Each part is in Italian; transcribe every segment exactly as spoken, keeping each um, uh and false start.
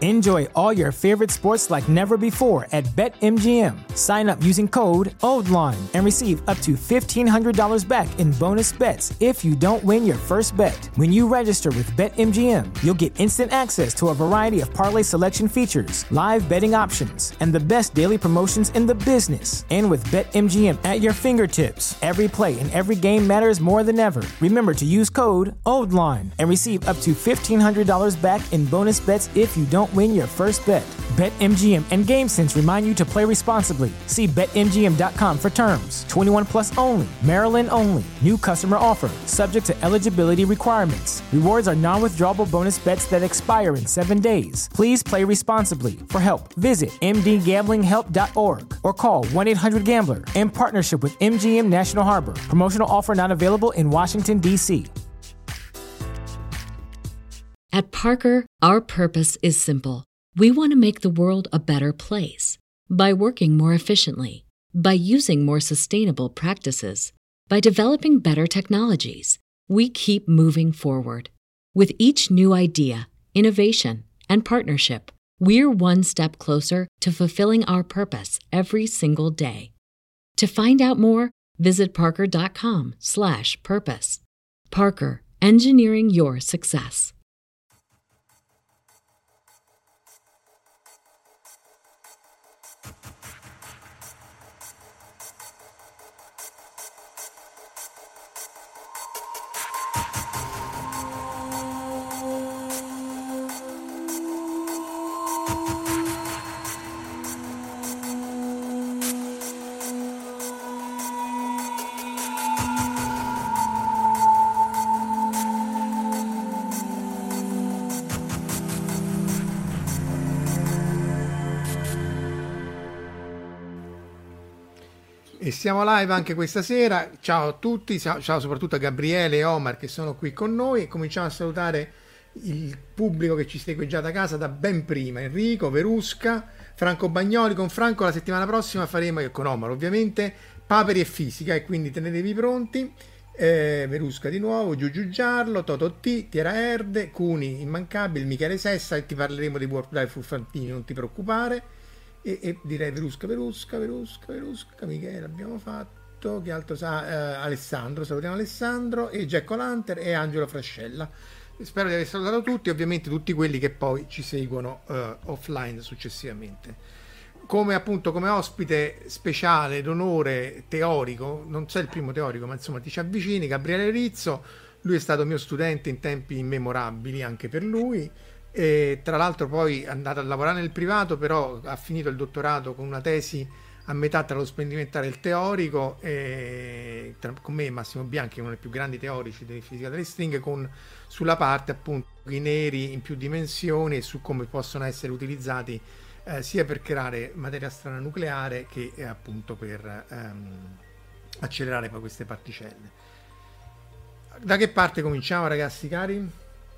Enjoy all your favorite sports like never before at BetMGM. Sign up using code OldLine and receive up to fifteen hundred dollars back in bonus bets if you don't win your first bet. When you register with BetMGM, you'll get instant access to a variety of parlay selection features, live betting options, and the best daily promotions in the business. And with BetMGM at your fingertips, every play and every game matters more than ever. Remember to use code OldLine and receive up to fifteen hundred dollars back in bonus bets if you don't win your first bet. BetMGM and GameSense remind you to play responsibly. See Bet M G M dot com for terms. twenty-one plus only. Maryland only. New customer offer. Subject to eligibility requirements. Rewards are non-withdrawable bonus bets that expire in seven days. Please play responsibly. For help, visit m d gambling help dot org or call one eight hundred gambler in partnership with M G M National Harbor. Promotional offer not available in Washington, D C At Parker, our purpose is simple. We want to make the world a better place by working more efficiently, by using more sustainable practices, by developing better technologies. We keep moving forward. With each new idea, innovation, and partnership, we're one step closer to fulfilling our purpose every single day. To find out more, visit parker.com slash purpose. Parker, engineering your success. E siamo live anche questa sera. Ciao a tutti, ciao, ciao soprattutto a Gabriele e Omar che sono qui con noi, e cominciamo a salutare il pubblico che ci segue già da casa da ben prima: Enrico, Verusca, Franco Bagnoli. Con Franco la settimana prossima faremo, e con Omar ovviamente, Paperi e Fisica, e quindi tenetevi pronti. eh, Verusca di nuovo, Giugiu Giarlo, Toto T, Tiera Erde, Cuni immancabile, Michele Sessa, e ti parleremo di Warp Drive Furfantini, non ti preoccupare. E, e direi Verusca, Verusca, Verusca, Verusca, Michele abbiamo fatto, che altro sa? Eh, Alessandro, salutiamo Alessandro, e Jack O'Lantern e Angelo Frascella. Spero di aver salutato tutti, ovviamente tutti quelli che poi ci seguono eh, offline successivamente. Come appunto come ospite speciale d'onore teorico, non sei il primo teorico, ma insomma ti ci avvicini, Gabriele Rizzo. Lui è stato mio studente in tempi immemorabili anche per lui. E tra l'altro poi è andato a lavorare nel privato, però ha finito il dottorato con una tesi a metà tra lo sperimentale e il teorico, e tra, con me e Massimo Bianchi, uno dei più grandi teorici di fisica delle stringhe, con, sulla parte appunto i neri in più dimensioni e su come possono essere utilizzati eh, sia per creare materia strana nucleare che eh, appunto per ehm, accelerare poi queste particelle. Da che parte cominciamo, ragazzi cari?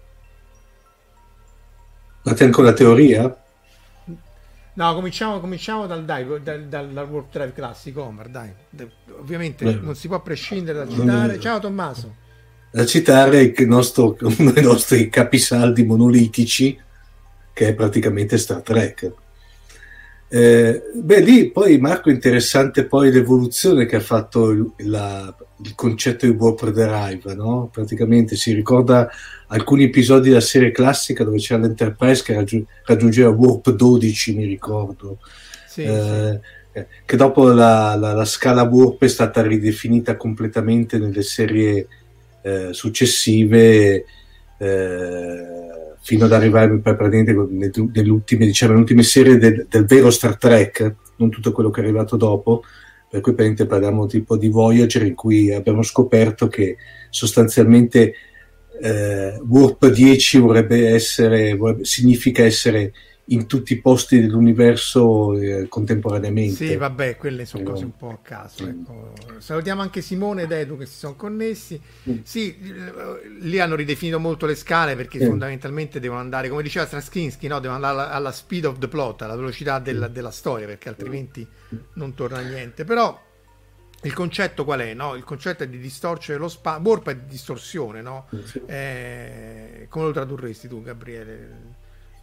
Fate ancora teoria? No, cominciamo, cominciamo dal, dai, dal, dal, dal Warp Drive classico, Omar, dai. Ovviamente Beh. non si può prescindere da citare. Ciao Tommaso. Da citare il nostro, uno dei nostri capisaldi monolitici, che è praticamente Star Trek. Eh, beh, lì poi Marco, interessante poi l'evoluzione che ha fatto il, la, il concetto di Warp Drive, no? Praticamente si ricorda alcuni episodi della serie classica dove c'era l'Enterprise che raggiung- raggiungeva Warp dodici, mi ricordo. Sì, eh, sì. Che dopo la, la, la scala Warp è stata ridefinita completamente nelle serie eh, successive, eh, fino ad arrivare praticamente nelle ultime, diciamo, nelle ultime serie del, del vero Star Trek, non tutto quello che è arrivato dopo, per cui praticamente parliamo tipo di Voyager, in cui abbiamo scoperto che sostanzialmente eh, Warp dieci vorrebbe essere, vorrebbe, significa essere in tutti i posti dell'universo eh, contemporaneamente. Sì, vabbè, quelle sono cose un po' a caso. Ecco. Salutiamo anche Simone ed Edu che si sono connessi. Mm. Sì, lì hanno ridefinito molto le scale, perché mm. fondamentalmente devono andare, come diceva Straczynski, no? Devono andare alla, alla speed of the plot, alla velocità della, della storia, perché altrimenti non torna niente. Però il concetto qual è? No? Il concetto è di distorcere lo spazio. Warp è di distorsione, no? Sì. Eh, come lo tradurresti tu, Gabriele?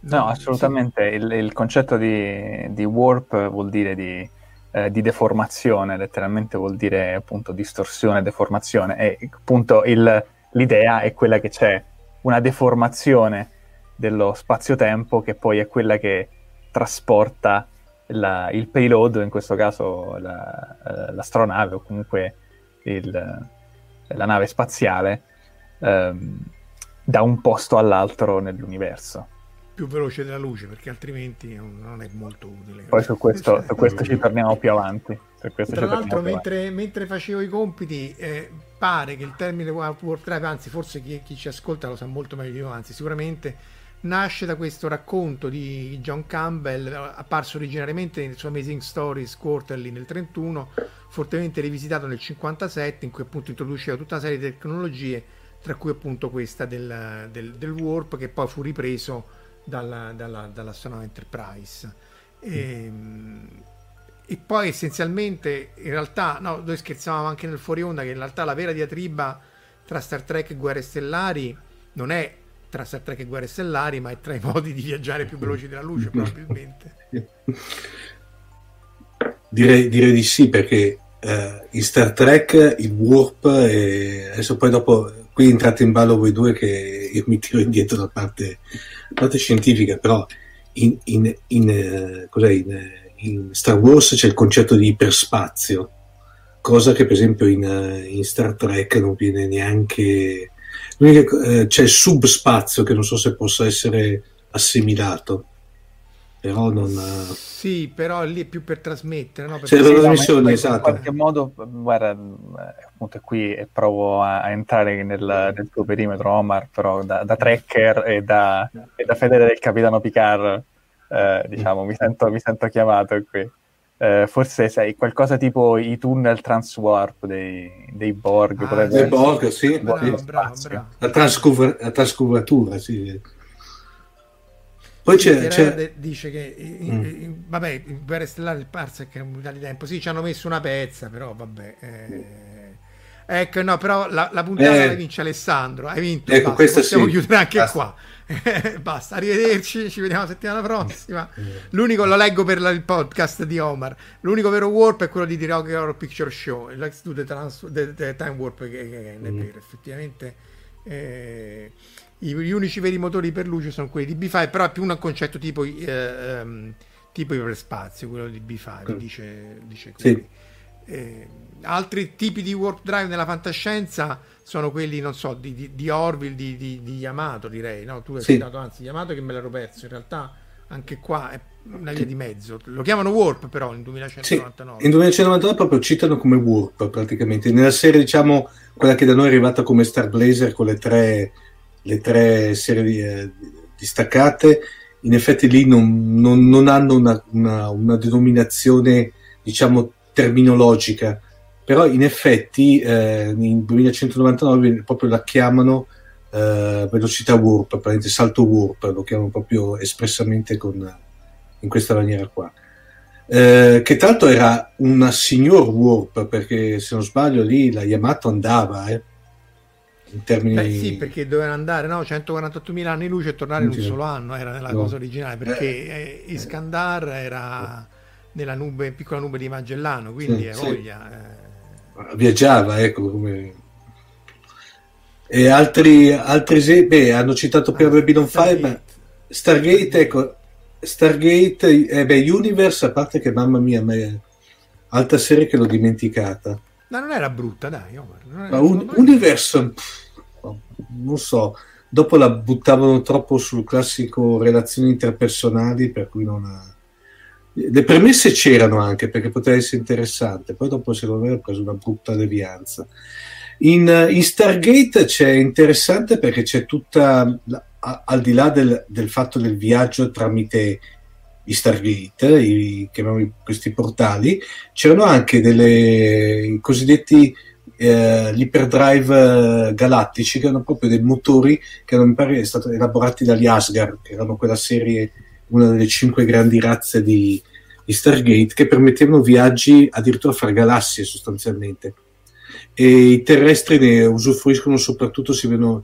No, assolutamente. Il, il concetto di, di warp vuol dire di, eh, di deformazione, letteralmente vuol dire appunto distorsione, deformazione, e appunto il, l'idea è quella che c'è una deformazione dello spazio-tempo che poi è quella che trasporta la, il payload, in questo caso la, l'astronave o comunque il, la nave spaziale, ehm, da un posto all'altro nell'universo. Più veloce della luce, perché altrimenti non è molto utile. Poi su questo, su questo ci torniamo più avanti. Su questo Tra ci l'altro, mentre, avanti. mentre facevo i compiti, eh, pare che il termine warp drive, anzi forse chi, chi ci ascolta lo sa molto meglio di noi, anzi sicuramente nasce da questo racconto di John Campbell, apparso originariamente nel suo Amazing Stories Quarterly nel trentuno, fortemente rivisitato nel cinquantasette, in cui appunto introduceva tutta una serie di tecnologie, tra cui appunto questa del, del, del warp, che poi fu ripreso dalla, dalla, dall'astronave Enterprise. E, e poi essenzialmente, in realtà, no, noi scherzavamo anche nel fuori onda che in realtà la vera diatriba tra Star Trek e Guerre Stellari non è tra Star Trek e Guerre Stellari, ma è tra i modi di viaggiare più veloci della luce, probabilmente. Direi, direi di sì, perché eh, in Star Trek il warp è... adesso poi dopo qui entrate in ballo voi due che io mi tiro indietro da parte, parte scientifica, però in, in, in, eh, cos'è, in, in Star Wars c'è il concetto di iperspazio, cosa che per esempio in, in Star Trek non viene neanche... Eh, c'è il subspazio che non so se possa essere assimilato, però non... Sì, però lì è più per trasmettere, no? C'è la trasmissione, esatto. In qualche modo, guarda, appunto qui e provo a, a entrare nel, nel tuo perimetro, Omar, però da, da tracker e da, e da fedele del capitano Picard, eh, diciamo, mi sento, mi sento chiamato qui. Eh, forse sai qualcosa tipo i tunnel transwarp dei, dei Borg, ah, dei Borg, sì, bravo, bravo, bravo. La, transcuver- la trascuratura, sì. Poi sì, c'è, c'è... dice che in, mm. in, vabbè, in Guerre Stellari il Parsec è un unità di tempo, sì, ci hanno messo una pezza, però vabbè, eh... ecco, no, però la, la puntata eh... la vince Alessandro, hai vinto, ecco, basta, possiamo sì. chiudere anche basta. qua. Basta, arrivederci, ci vediamo la settimana prossima. L'unico, lo leggo per la, il podcast di Omar, l'unico vero warp è quello di The Rocky Horror Picture Show, il Let's Do the, trans, the, the Time Warp, che, che, che mm. è vero, effettivamente eh, i, gli unici veri motori per luce sono quelli di B cinque, però è più un concetto tipo eh, um, tipo iperspazio, quello di B cinque, mm. dice, dice sì. eh, altri tipi di warp drive nella fantascienza sono quelli, non so, di, di, di Orville, di, di, di Yamato, direi, no? Tu hai sì. citato, anzi, Yamato che me l'ero perso, in realtà anche qua è una via sì. di mezzo. Lo chiamano warp però nel duemilacentonovantanove. Sì, in duemilacentonovantanove proprio citano come warp praticamente. Nella serie, diciamo, quella che da noi è arrivata come Star Blazer con le tre, le tre serie eh, distaccate, in effetti lì non, non, non hanno una, una, una denominazione, diciamo, terminologica. Però in effetti eh, in duemilacentonovantanove proprio la chiamano eh, velocità warp, praticamente salto warp, lo chiamano proprio espressamente con, in questa maniera qua. Eh, che tra l'altro era una signor warp, perché se non sbaglio lì la Yamato andava, eh, in termini... Beh, sì, perché dovevano andare, no? centoquarantottomila anni luce e tornare in un solo anno, era nella no. cosa originale, perché eh. Iskandar era nella nube, piccola nube di Magellano, quindi sì, è voglia... Sì. Eh. Viaggiava, ecco, come... e altri altri esempi hanno citato prima ah, Babylon Stargate. five, Stargate, ecco, Stargate, eh, beh, Universe, a parte che mamma mia, me... altra serie che l'ho dimenticata. No, non era brutta, dai, Omar. Non era ma un, Universe, pff, non so, dopo la buttavano troppo sul classico relazioni interpersonali, per cui non ha... Le premesse c'erano anche perché poteva essere interessante, poi dopo secondo me ha preso una brutta devianza. In, in Stargate c'è interessante perché c'è tutta, a, al di là del, del fatto del viaggio tramite i Stargate, i, chiamiamo questi portali, c'erano anche delle, i cosiddetti eh, l'iperdrive galattici, che erano proprio dei motori che erano, mi pare, stati elaborati dagli Asgard, che erano quella serie, una delle cinque grandi razze di, di Stargate, che permettevano viaggi addirittura fra galassie sostanzialmente, e i terrestri ne usufruiscono soprattutto, si vedono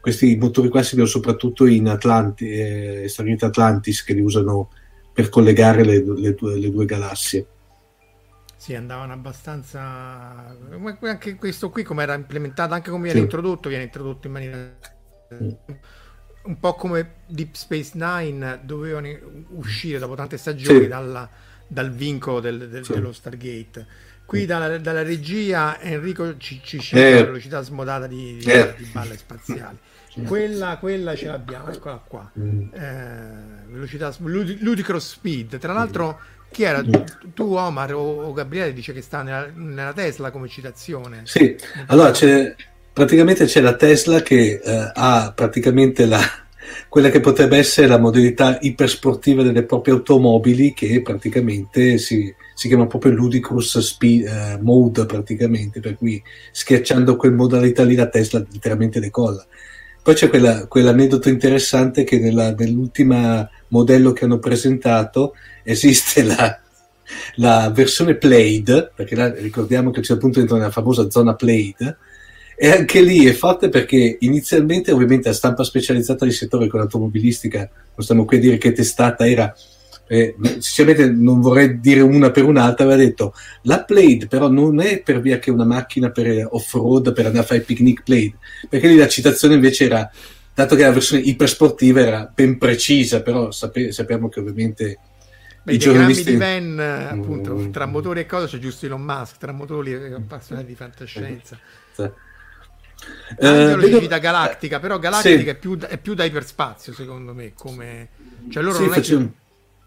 questi motori qua si vedono soprattutto in Atlanti, eh, Stargate Atlantis, che li usano per collegare le, le, due, le due galassie. Sì, andavano abbastanza... Anche questo qui, come era implementato, anche come viene sì. introdotto, viene introdotto in maniera... Mm. Un po' come Deep Space Nine, dovevano uscire dopo tante stagioni sì. dalla, dal vincolo del, del, sì. dello Stargate. Qui dalla, dalla regia Enrico ci, ci cita eh. la velocità smodata di, di, eh. di balle spaziali. Quella, quella ce l'abbiamo, eccola qua. Mm. Eh, velocità Lud- Ludicrous Speed. Tra l'altro, chi era? Tu, tu Omar o, o Gabriele dice che sta nella, nella Tesla come citazione. Sì, allora c'è, praticamente c'è la Tesla che eh, ha praticamente la, quella che potrebbe essere la modalità ipersportiva delle proprie automobili, che praticamente si, si chiama proprio Ludicrous Speed eh, Mode, praticamente, per cui schiacciando quel modalità lì la Tesla letteralmente decolla. Poi c'è quella, quell'aneddoto interessante che nella, nell'ultima modello che hanno presentato esiste la, la versione Played, perché là ricordiamo che c'è appunto dentro nella famosa zona Played, e anche lì è forte perché inizialmente ovviamente la stampa specializzata di settore con l'automobilistica, non stiamo qui a dire che testata era, eh, sinceramente non vorrei dire una per un'altra, aveva detto la Played però non è per via che una macchina per off-road per andare a fare il picnic Played, perché lì la citazione invece era, dato che la versione ipersportiva era ben precisa, però sape- sappiamo che ovviamente Beh, i giornalisti di van appunto mm. tra motori e cose c'è giusto Elon Musk, tra motori e appassionati di fantascienza. Sì. Anche uh, lo cita Galactica, però Galactica sì. è, più, è più da iperspazio secondo me, come cioè loro sì, non facendo, è che...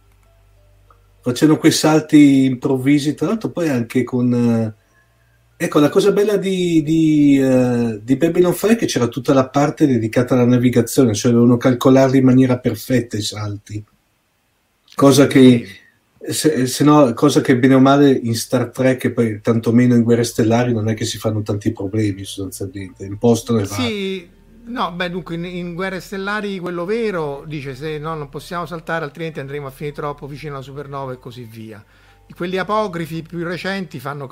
facendo quei salti improvvisi, tra l'altro poi anche con uh, ecco la cosa bella di, di, uh, di Babylon five è che c'era tutta la parte dedicata alla navigazione, cioè dovevano calcolarli in maniera perfetta i salti, cosa che se, se no, cosa che bene o male in Star Trek e poi tantomeno in Guerre Stellari non è che si fanno tanti problemi sostanzialmente, impostano e sì, no, beh dunque in, in Guerre Stellari quello vero dice se no non possiamo saltare altrimenti andremo a finire troppo vicino alla supernova e così via. Quelli apocrifi più recenti fanno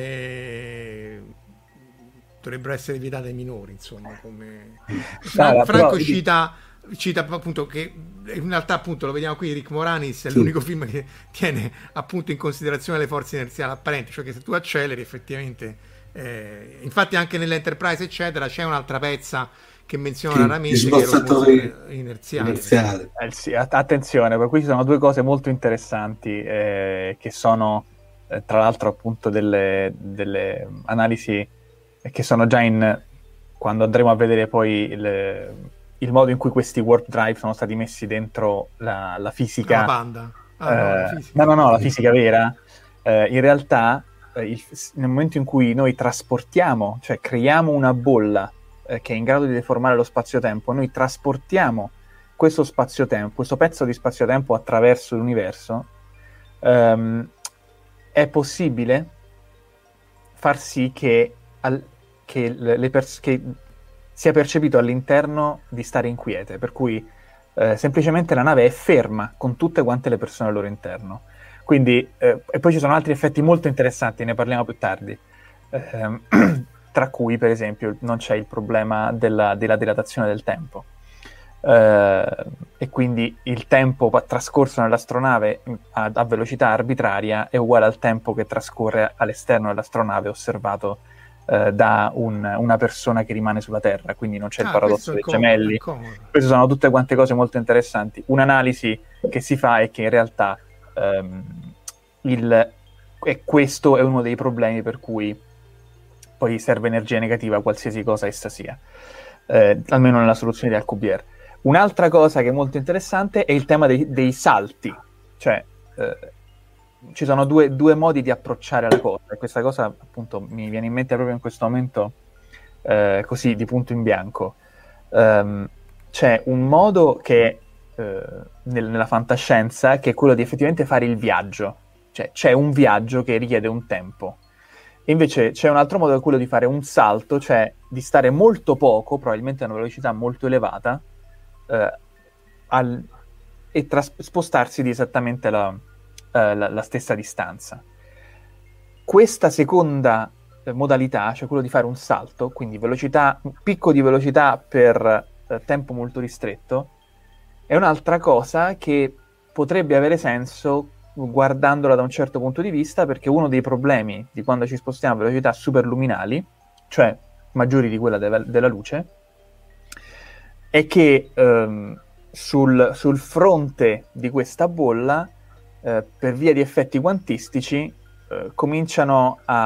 cose dovrebbero essere vietate ai minori, insomma, come Fra- no, Franco però... cita cita appunto che in realtà appunto lo vediamo qui, Rick Moranis è sì. l'unico film che tiene appunto in considerazione le forze inerziali apparenti, cioè che se tu acceleri effettivamente eh, infatti anche nell'Enterprise eccetera c'è un'altra pezza che menziona sì, raramente che è lo motore inerziale, inerziale. Eh, sì, attenzione, per qui ci sono due cose molto interessanti eh, che sono eh, tra l'altro appunto delle, delle analisi che sono già in quando andremo a vedere poi le il modo in cui questi warp drive sono stati messi dentro la, la fisica. La banda. Ah, eh, no, la fisica. no, no, no, la fisica vera. Eh, in realtà, eh, il, nel momento in cui noi trasportiamo, cioè creiamo una bolla eh, che è in grado di deformare lo spazio-tempo, noi trasportiamo questo spazio-tempo, questo pezzo di spazio-tempo attraverso l'universo, ehm, è possibile far sì che, al, che le persone... sia percepito all'interno di stare inquiete, per cui eh, semplicemente la nave è ferma con tutte quante le persone al loro interno. Quindi, eh, e poi ci sono altri effetti molto interessanti, ne parliamo più tardi, eh, tra cui per esempio non c'è il problema della, della dilatazione del tempo, eh, e quindi il tempo trascorso nell'astronave a, a velocità arbitraria è uguale al tempo che trascorre all'esterno dell'astronave osservato da un, una persona che rimane sulla Terra, quindi non c'è ah, il paradosso dei comodo, gemelli. Queste sono tutte quante cose molto interessanti. Un'analisi che si fa è che in realtà um, il, e questo è uno dei problemi per cui poi serve energia negativa qualsiasi cosa essa sia, eh, almeno nella soluzione di Alcubierre. Un'altra cosa che è molto interessante è il tema dei, dei salti, cioè eh, ci sono due, due modi di approcciare la cosa, e questa cosa appunto mi viene in mente proprio in questo momento eh, così di punto in bianco. Um, c'è un modo che eh, nel, nella fantascienza che è quello di effettivamente fare il viaggio, cioè c'è un viaggio che richiede un tempo, e invece c'è un altro modo che è quello di fare un salto, cioè di stare molto poco, probabilmente a una velocità molto elevata eh, al, e tras- spostarsi di esattamente la Uh, la, la stessa distanza. Questa seconda eh, modalità, cioè quello di fare un salto, quindi velocità, un picco di velocità per eh, tempo molto ristretto, è un'altra cosa che potrebbe avere senso guardandola da un certo punto di vista, perché uno dei problemi di quando ci spostiamo a velocità superluminali, cioè maggiori di quella de- della luce, è che ehm, sul, sul fronte di questa bolla, eh, per via di effetti quantistici, eh, cominciano a,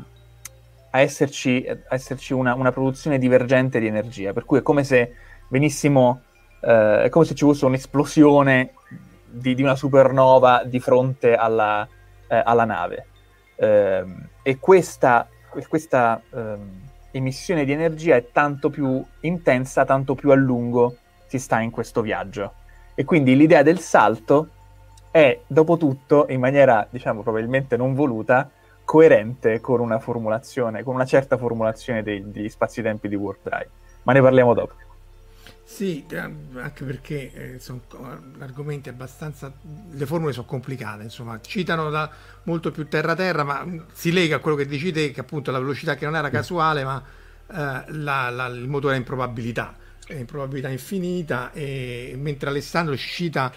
a esserci, a esserci una, una produzione divergente di energia, per cui è come se venissimo, eh, è come se ci fosse un'esplosione di, di una supernova di fronte alla, eh, alla nave. Eh, e questa, questa eh, emissione di energia è tanto più intensa, tanto più a lungo si sta in questo viaggio. E quindi l'idea del salto è, dopo tutto, in maniera, diciamo, probabilmente non voluta, coerente con una formulazione, con una certa formulazione dei, degli spazi-tempi di Warp Drive. Ma ne parliamo dopo. Sì, anche perché eh, sono argomenti abbastanza, le formule sono complicate, insomma, citano da molto più terra-terra, ma si lega a quello che dici te, che appunto la velocità che non era casuale, ma eh, la, la, il motore è in probabilità, è in probabilità infinita, e mentre Alessandro ci cita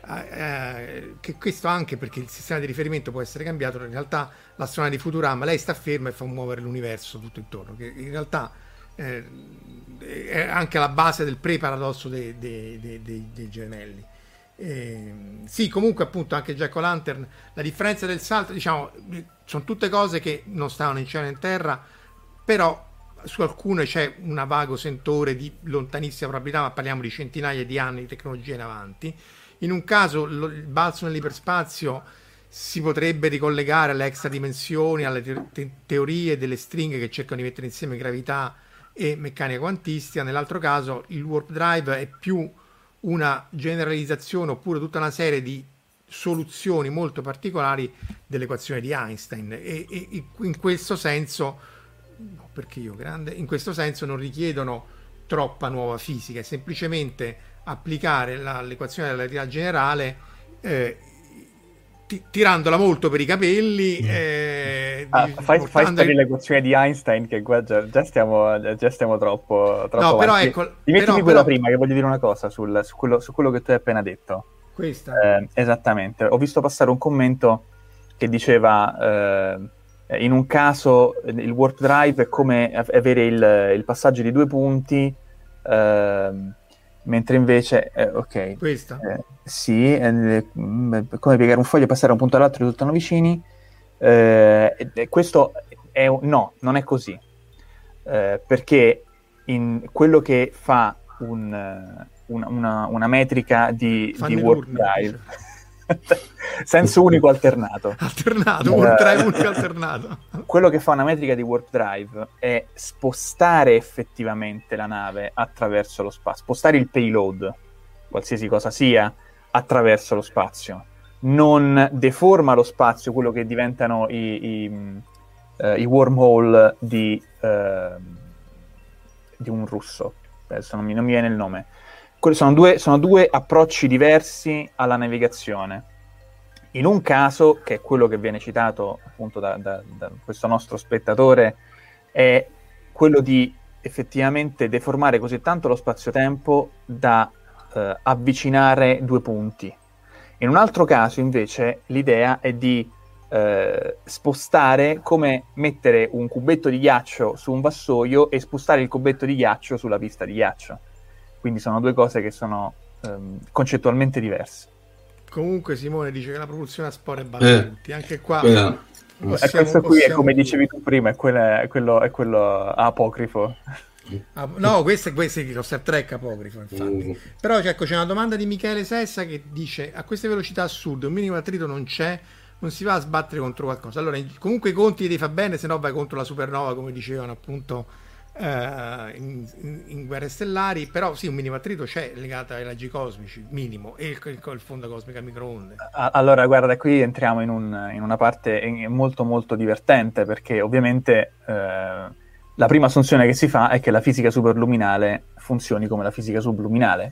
eh, che questo anche perché il sistema di riferimento può essere cambiato, in realtà l'astronave di Futurama, lei sta ferma e fa muovere l'universo tutto intorno, che in realtà Eh, è anche la base del pre-paradosso dei, dei, dei, dei, dei gemelli. Eh, sì, comunque appunto anche Jack O'Lantern, la differenza del salto, diciamo, sono tutte cose che non stavano in cielo e in terra, però su alcune c'è un vago sentore di lontanissima probabilità, ma parliamo di centinaia di anni di tecnologia in avanti. In un caso lo, il balzo nell'iperspazio si potrebbe ricollegare alle extra dimensioni, alle te- te- teorie delle stringhe che cercano di mettere insieme gravità e meccanica quantistica. Nell'altro caso il warp drive è più una generalizzazione oppure tutta una serie di soluzioni molto particolari dell'equazione di Einstein, e, e in questo senso, perché io grande, in questo senso non richiedono troppa nuova fisica, è semplicemente applicare la, l'equazione della relatività generale eh, tirandola molto per i capelli, eh, ah, fai, fai sparire il... l'equazione di Einstein, che qua già, già, stiamo, già stiamo troppo, troppo no, però avanti. ecco, Dimettimi però, quella però... prima, che voglio dire una cosa sul, su, quello, su quello che tu hai appena detto. Questa? Eh, esattamente, ho visto passare un commento che diceva eh, in un caso il warp drive è come avere il, il passaggio di due punti, eh, mentre invece eh, ok, questa? Eh, sì, eh, come piegare un foglio e passare da un punto all'altro e risultano vicini. Eh, e questo è un, no, non è così, eh, perché in quello che fa un, una, una, una metrica di, di warp drive senso unico alternato alternato, warp drive unico alternato. Quello che fa una metrica di warp drive è spostare effettivamente la nave attraverso lo spazio, spostare il payload, qualsiasi cosa sia, attraverso lo spazio. Non deforma lo spazio, quello che diventano i, i, uh, i wormhole di, uh, di un russo. Adesso non mi, non mi viene il nome. Quelli sono due, sono due approcci diversi alla navigazione. In un caso, che è quello che viene citato appunto da, da, da questo nostro spettatore, è quello di effettivamente deformare così tanto lo spazio-tempo da uh, avvicinare due punti. In un altro caso, invece, l'idea è di eh, spostare, come mettere un cubetto di ghiaccio su un vassoio e spostare il cubetto di ghiaccio sulla pista di ghiaccio. Quindi sono due cose che sono ehm, concettualmente diverse. Comunque Simone dice che la propulsione a spore batte eh, tutti. Anche qua... Eh. Possiamo, e questo qui possiamo... è, come dicevi tu prima, è, quella, è, quello, è quello apocrifo. Ah, no, questo è, questo è lo Star Trek apocrifo, infatti. Mm. Però ecco, c'è una domanda di Michele Sessa che dice: a queste velocità a sud un minimo attrito non c'è, non si va a sbattere contro qualcosa. Allora, comunque i conti li fa bene, se no vai contro la supernova, come dicevano appunto eh, in, in, in Guerre Stellari. Però sì, un minimo attrito c'è, legato ai raggi cosmici, minimo, e il, il, il fondo cosmico a microonde. Allora, guarda, qui entriamo in, un, in una parte molto molto divertente, perché ovviamente eh, la prima assunzione che si fa è che la fisica superluminale funzioni come la fisica subluminale.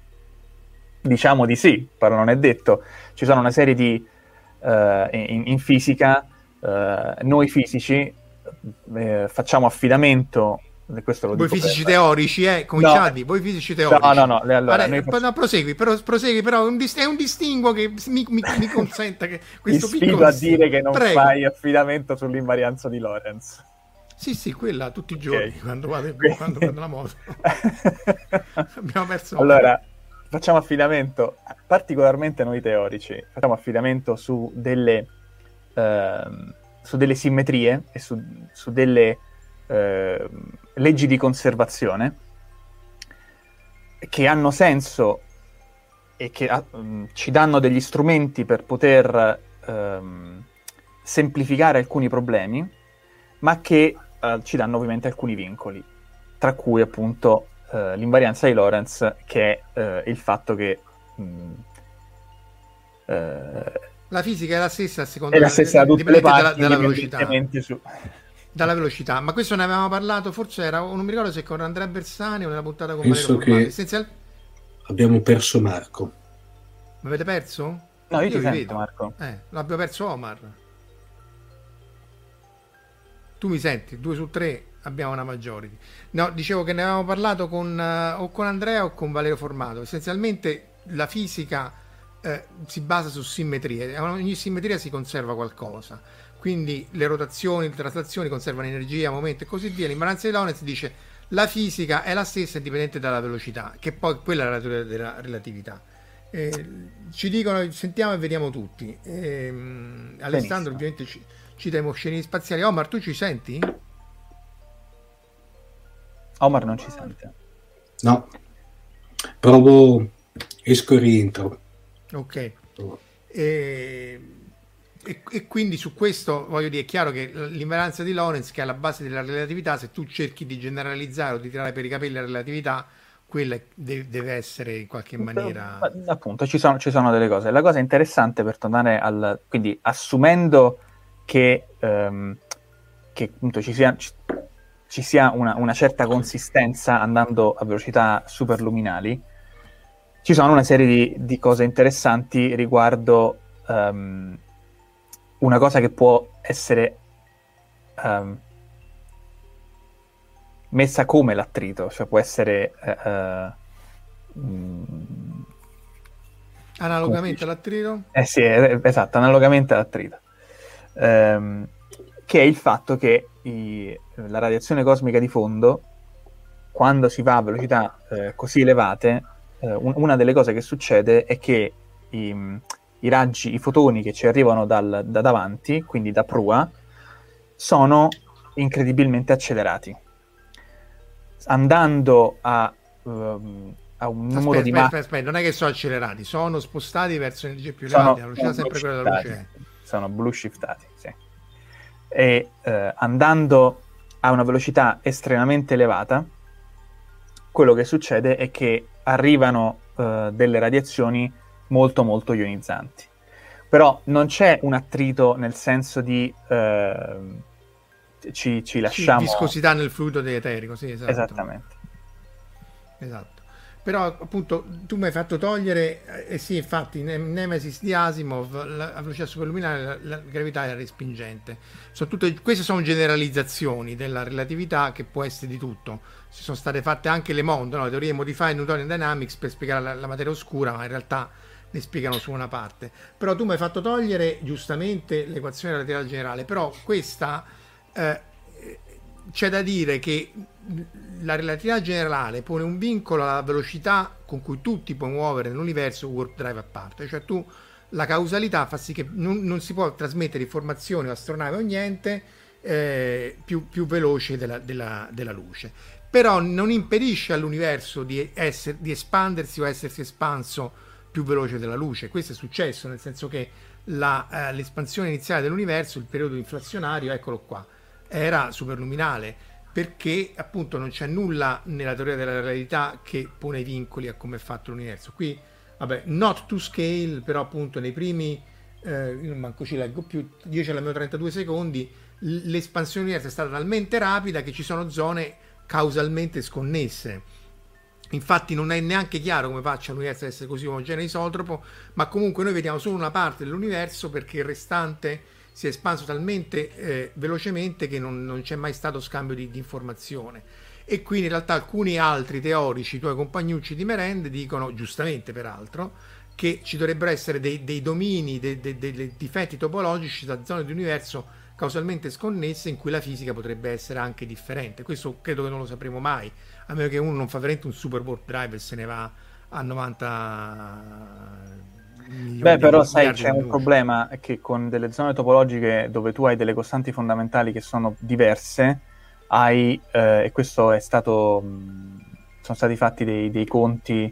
Diciamo di sì, però non è detto. Ci sono una serie di... Uh, in, in fisica uh, noi fisici uh, facciamo affidamento questo lo voi dico fisici per... teorici, eh, cominciati, no. voi fisici teorici. No, no, no, allora, allora, noi facciamo... no prosegui, però, prosegui, però è un, dist- è un distinguo che mi, mi, mi consenta che questo Ti piccolo a dire che non Prego. fai affidamento sull'invarianza di Lorentz. Sì, sì, quella tutti i giorni, okay. quando, vado, quando prendo la moto. Abbiamo perso. Allora, facciamo affidamento, particolarmente noi teorici, facciamo affidamento su delle, eh, su delle simmetrie e su, su delle eh, leggi di conservazione che hanno senso e che um, ci danno degli strumenti per poter um, semplificare alcuni problemi, ma che uh, ci danno ovviamente alcuni vincoli, tra cui appunto uh, l'invarianza di Lorentz, che è uh, il fatto che um, uh, la fisica è la stessa, secondo è la stessa da tutte le parti, dalla, dalla velocità. Su... dalla velocità, ma questo ne avevamo parlato, forse era, non mi ricordo se con Andrea Bersani o nella puntata con Penso Valerio Formale. che Essenzial... abbiamo perso Marco. Mi avete perso? No, io, io ti sento, vedo. Marco. Eh, l'abbiamo perso Omar. Tu mi senti? Due su tre abbiamo una majority. No, dicevo che ne avevamo parlato con uh, o con Andrea o con Valerio Formato. Essenzialmente la fisica eh, si basa su simmetrie. Ogni simmetria si conserva qualcosa. Quindi le rotazioni, le traslazioni conservano energia, momento e così via. L'imbalanza di Lorentz dice la fisica è la stessa indipendente dalla velocità, che poi quella è la teoria della relatività. Eh, ci dicono, sentiamo e vediamo tutti. Eh, Alessandro ovviamente ci, ci dà emozioni spaziali. Omar, tu ci senti? Omar non ci sente. No, provo, esco e rientro. Ok. E, e, e quindi su questo voglio dire, è chiaro che l'invarianza di Lorentz, che è alla base della relatività, se tu cerchi di generalizzare o di tirare per i capelli la relatività, quella deve, deve essere in qualche maniera... Ma, appunto, ci sono, ci sono delle cose. La cosa interessante, per tornare al... quindi assumendo che, um, che appunto ci sia, ci, ci sia una, una certa consistenza andando a velocità superluminali, ci sono una serie di, di cose interessanti riguardo um, una cosa che può essere um, messa come l'attrito, cioè può essere uh, uh, analogamente all'attrito? Eh sì, esatto, analogamente all'attrito, um, che è il fatto che i, la radiazione cosmica di fondo, quando si va a velocità uh, così elevate, uh, un, una delle cose che succede è che i, i raggi, i fotoni che ci arrivano dal, da davanti, quindi da prua, sono incredibilmente accelerati. Andando a, um, a un aspetta, numero di aspetta, massa, aspetta, non è che sono accelerati, sono spostati verso energie più sono, elevate, la velocità è sempre quella della luce. Sono blue shiftati, sì. E eh, andando a una velocità estremamente elevata, quello che succede è che arrivano eh, delle radiazioni molto molto ionizzanti. Però non c'è un attrito nel senso di eh, Ci, ci lasciamo... Sì, viscosità nel fluido eterico, sì, esatto. Esattamente. Esatto. Però appunto tu mi hai fatto togliere, eh sì, infatti, in Nemesis di Asimov, la, la velocità superluminale, la, la gravità è respingente. Sono tutte, queste sono generalizzazioni della relatività, che può essere di tutto. Si sono state fatte anche le Mond, no? Le teorie Modified Newtonian Dynamics per spiegare la, la materia oscura, ma in realtà ne spiegano su una parte. Però tu mi hai fatto togliere giustamente l'equazione relativa generale, però questa... Eh, c'è da dire che la relatività generale pone un vincolo alla velocità con cui tu ti puoi muovere nell'universo warp drive a parte, cioè tu la causalità fa sì che non, non si può trasmettere informazioni o astronave o niente eh, più, più veloce della, della, della luce, però non impedisce all'universo di, essere, di espandersi o essersi espanso più veloce della luce. Questo è successo, nel senso che la, eh, l'espansione iniziale dell'universo, il periodo inflazionario, eccolo qua, era superluminale, perché appunto non c'è nulla nella teoria della relatività che pone i vincoli a come è fatto l'universo. Qui, vabbè, not to scale, però appunto nei primi, eh, io manco ci leggo più, io ce l'avevo trentadue secondi, l'espansione dell'universo è stata talmente rapida che ci sono zone causalmente sconnesse. Infatti non è neanche chiaro come faccia l'universo ad essere così omogeneo e isotropo, ma comunque noi vediamo solo una parte dell'universo perché il restante si è espanso talmente eh, velocemente che non, non c'è mai stato scambio di, di informazione. e quindi in realtà alcuni altri teorici, i tuoi compagnucci di merende, dicono, giustamente peraltro, che ci dovrebbero essere dei, dei domini, dei, dei, dei difetti topologici da zone di universo causalmente sconnesse in cui la fisica potrebbe essere anche differente. Questo credo che non lo sapremo mai, a meno che uno non fa veramente un super warp drive e se ne va a novanta milioni. Beh, però di sai, c'è un luce. problema che con delle zone topologiche dove tu hai delle costanti fondamentali che sono diverse, hai, eh, e questo è stato, mh, sono stati fatti dei, dei conti,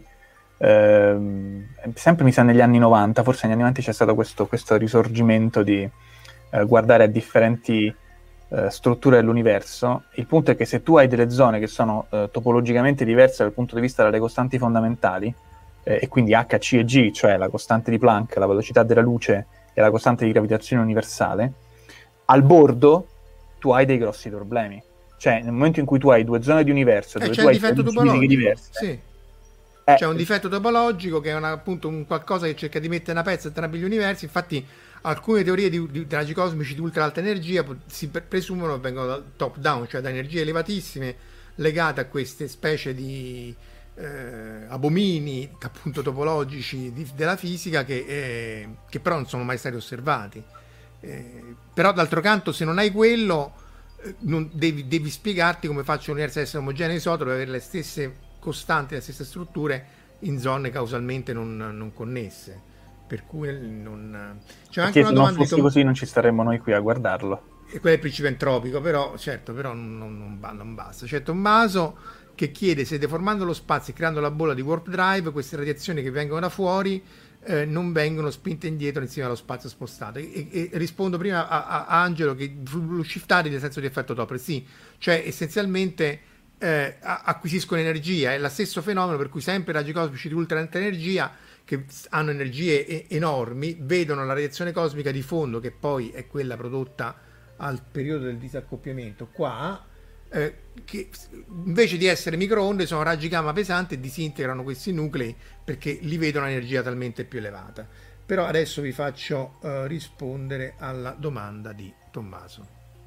eh, sempre mi sa negli anni novanta, forse negli anni novanta c'è stato questo, questo risorgimento di eh, guardare a differenti eh, strutture dell'universo. Il punto è che se tu hai delle zone che sono eh, topologicamente diverse dal punto di vista delle costanti fondamentali, eh, e quindi H, C e G, cioè la costante di Planck, la velocità della luce e la costante di gravitazione universale, al bordo tu hai dei grossi problemi. Cioè, nel momento in cui tu hai due zone di universo, Eh, dove c'è tu un hai difetto fisiche topologico, diverse, sì. eh, C'è un difetto topologico che è una, appunto un qualcosa che cerca di mettere una pezza tra gli universi. Infatti alcune teorie di, di, di raggi cosmici di ultra alta energia si pre- presumono che vengono dal top down, cioè da energie elevatissime legate a queste specie di eh, abomini appunto topologici di, della fisica che, eh, che però non sono mai stati osservati. Eh, però d'altro canto, se non hai quello, eh, non, devi, devi spiegarti come faccio l'universo ad essere omogeneo e isotropo e avere le stesse costanti, le stesse strutture in zone causalmente non, non connesse. Per cui non c'è anche una se non domanda fosse di Tom... così non ci staremmo noi qui a guardarlo. E quello è il principio entropico, però certo, però non, non, non basta. C'è Tommaso che chiede se deformando lo spazio e creando la bolla di warp drive, queste radiazioni che vengono da fuori eh, non vengono spinte indietro insieme allo spazio spostato. E, e rispondo prima a, a, a Angelo che lo shiftare nel senso di effetto Doppler, sì, cioè essenzialmente eh, acquisiscono energia, è lo stesso fenomeno per cui sempre raggi cosmici di ultra alta energia che hanno energie e- enormi vedono la radiazione cosmica di fondo, che poi è quella prodotta al periodo del disaccoppiamento qua, eh, che invece di essere microonde sono raggi gamma pesanti e disintegrano questi nuclei perché li vedono a energia talmente più elevata. Però adesso vi faccio uh, rispondere alla domanda di Tommaso.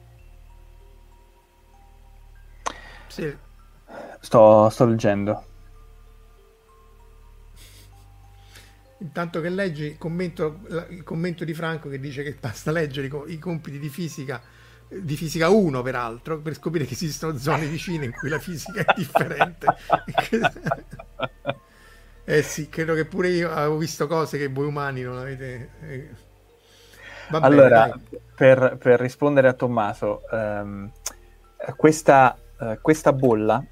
Se... Sto, sto leggendo. Intanto che leggi il commento, il commento di Franco che dice che basta leggere i, i compiti di fisica, di fisica uno peraltro, per scoprire che esistono zone vicine in cui la fisica è differente. Eh sì, credo che pure io avevo visto cose che voi umani non avete... Eh. Va Allora, bene, per, per rispondere a Tommaso, ehm, questa, eh, questa bolla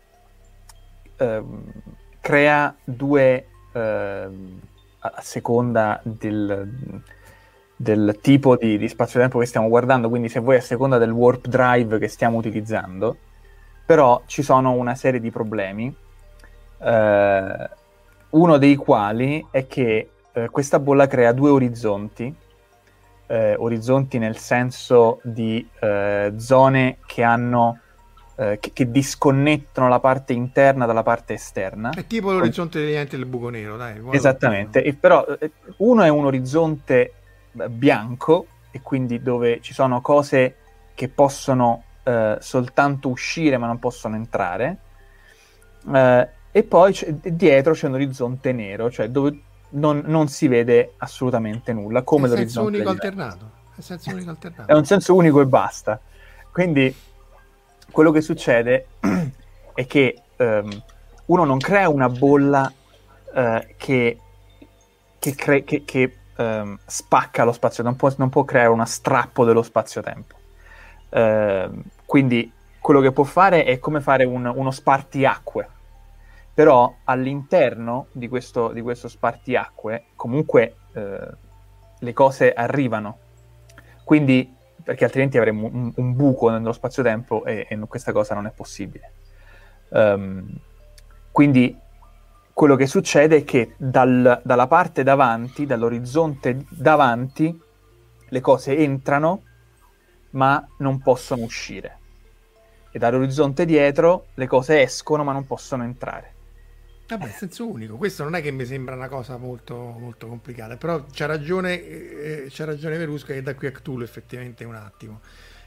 ehm, crea due... Ehm, a seconda del, del tipo di, di spazio-tempo che stiamo guardando, quindi se vuoi a seconda del warp drive che stiamo utilizzando, però ci sono una serie di problemi, eh, uno dei quali è che eh, questa bolla crea due orizzonti, eh, orizzonti nel senso di eh, zone che hanno eh, che, che disconnettono la parte interna dalla parte esterna. è tipo l'orizzonte degli enti del buco nero, dai. Esattamente, e però eh, uno è un orizzonte bianco e quindi dove ci sono cose che possono eh, soltanto uscire ma non possono entrare, eh, e poi c'è, dietro c'è un orizzonte nero, cioè dove non, non si vede assolutamente nulla, come è senso l'orizzonte unico diverso. alternato. È senso unico alternato. È un senso unico e basta. Quindi quello che succede è che um, uno non crea una bolla uh, che, che, cre- che, che um, spacca lo spazio, non può, non può creare uno strappo dello spazio-tempo. Uh, quindi quello che può fare è come fare un, uno spartiacque, però all'interno di questo, di questo spartiacque comunque uh, le cose arrivano. Quindi perché altrimenti avremmo un, un buco nello spazio-tempo e, e questa cosa non è possibile. Um, quindi quello che succede è che dal, dalla parte davanti, dall'orizzonte davanti, le cose entrano ma non possono uscire, e dall'orizzonte dietro le cose escono ma non possono entrare. Vabbè, senso unico. Questo non è che mi sembra una cosa molto, molto complicata, però c'ha ragione, eh, c'ha ragione Verusca che da qui a Cthulhu effettivamente è un attimo.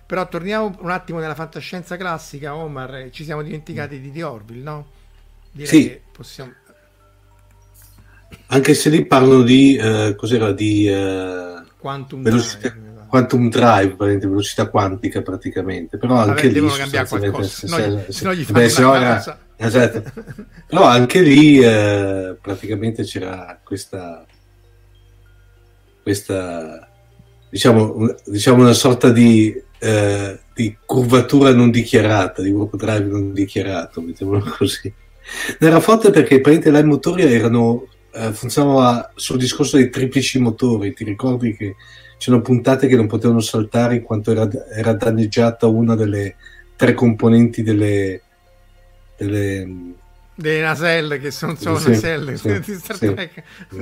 Però torniamo un attimo nella fantascienza classica, Omar, ci siamo dimenticati di, di Orville, no? Direi sì. che possiamo... Anche se lì parlano di, eh, cos'era, di eh, Quantum velocità, Drive, quantum drive, velocità quantica praticamente, però anche Vabbè, lì devono cambiare qualcosa, se, se no, se, se no gli se, fanno beh, se una ora, causa. esatto. Però anche lì eh, praticamente c'era questa questa diciamo, un, diciamo una sorta di, eh, di curvatura non dichiarata, di warp drive non dichiarato, mettiamolo così. Era forte perché praticamente là i motori erano eh, funzionava sul discorso dei triplici motori. Ti ricordi che c'erano puntate che non potevano saltare in quanto era, era danneggiata una delle tre componenti delle delle, delle nacelle, che sono solo sì, nacelle sì, di Star sì, Trek.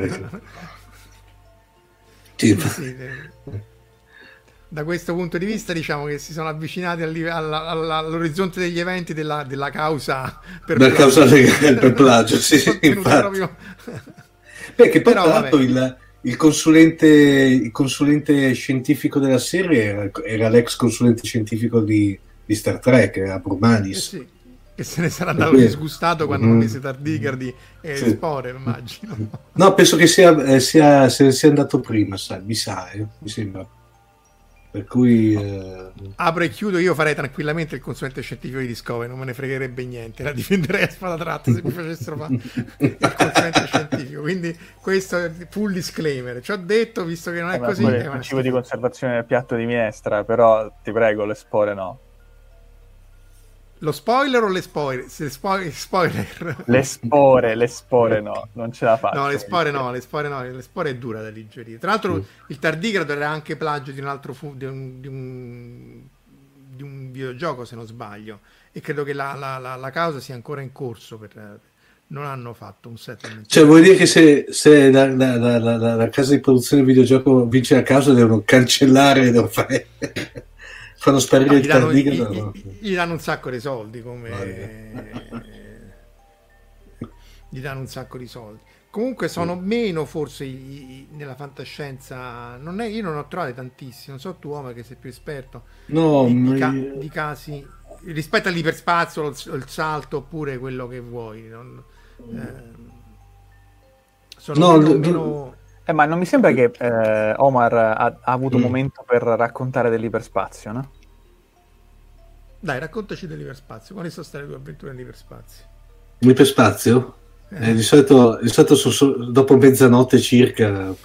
sì. Sì, sì, da questo punto di vista diciamo che si sono avvicinati al, alla, alla, all'orizzonte degli eventi della, della causa per la causa legale per plagio, sì, sì, infatti. Proprio... Perché poi Però, tra l'altro il, il consulente il consulente scientifico della serie era, era l'ex consulente scientifico di, di Star Trek, era Brumanis. Eh sì, che se ne sarà andato disgustato quando non mise Tardigradi e sì. Spore, immagino. No, penso che sia, eh, sia, se sia andato prima, sai, mi sa, eh, mi sembra. Per cui eh... apro e chiudo, io farei tranquillamente il consulente scientifico di Discovery, non me ne fregherebbe niente, la difenderei a spada tratta se mi facessero fare il consulente scientifico. Quindi questo è full disclaimer, ci ho detto, visto che non è eh, così, è è un cibo di conservazione del piatto di minestra, però ti prego, le spore no. Lo spoiler o le spoiler? Se spo- spoiler? Le spore, le spore no, non ce la faccio. No, le spore no, le spore no, le spore è dura da digerire. Tra l'altro mm. il tardigrado era anche plagio di un altro fu- di, un, di, un, di un videogioco, se non sbaglio, e credo che la, la, la, la causa sia ancora in corso, per, non hanno fatto un settlement. Cioè vuol dire che se, se la, la, la, la, la casa di produzione del videogioco vince la causa devono cancellare, devono fare... fanno sparire no, il tardigrado, gli, no? gli, gli danno un sacco di soldi, come eh, gli danno un sacco di soldi. Comunque sono mm. meno forse i, i, nella fantascienza, non è, io non ho trovato tantissimi, non so tu Omar che sei più esperto no, di, ma... di, ca- di casi rispetto all'iperspazio, il, il salto oppure quello che vuoi, non, eh, sono no, meno, l- meno... Eh, ma non mi sembra che eh, Omar ha, ha avuto mm. un momento per raccontare dell'iperspazio, no? Dai, raccontaci dell'iperspazio. Quali sono state le tue avventure nell'iperspazio? L'iperspazio? Eh. Eh, di solito, di solito su, su, dopo mezzanotte circa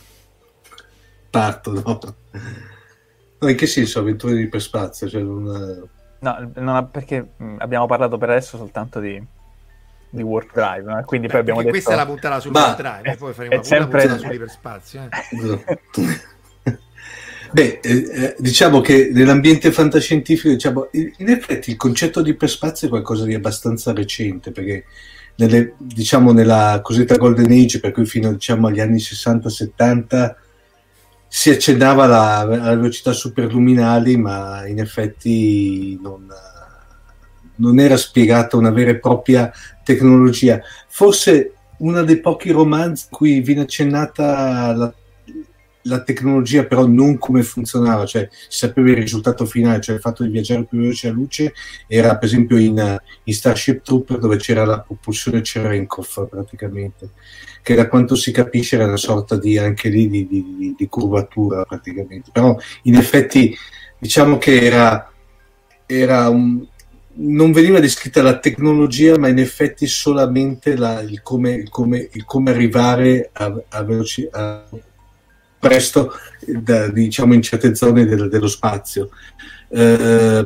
parto, no? No, in che senso avventure nell'iperspazio? Cioè, non... No, non, perché abbiamo parlato per adesso soltanto di... di warp drive, no? Quindi Beh, poi abbiamo detto questa è la puntata sul ma warp drive, poi faremo una sempre... puntata sull'iperspazio. Eh. Beh, eh, diciamo che nell'ambiente fantascientifico, diciamo, in effetti il concetto di iperspazio è qualcosa di abbastanza recente, perché nelle, diciamo nella cosiddetta Golden Age, per cui fino diciamo agli anni sessanta settanta si accennava alla, alla velocità superluminali, ma in effetti non non era spiegata una vera e propria tecnologia. Forse uno dei pochi romanzi in cui viene accennata la, la tecnologia, però non come funzionava, cioè si sapeva il risultato finale, cioè il fatto di viaggiare più veloce a luce, era per esempio in, in Starship Trooper, dove c'era la propulsione Cherenkov praticamente, che da quanto si capisce era una sorta di anche lì di, di, di, di curvatura praticamente, però in effetti diciamo che era era un non veniva descritta la tecnologia, ma in effetti solamente la, il, come, il, come, il come arrivare a, a, veloci, a presto da, diciamo in certe zone del, dello spazio. Eh,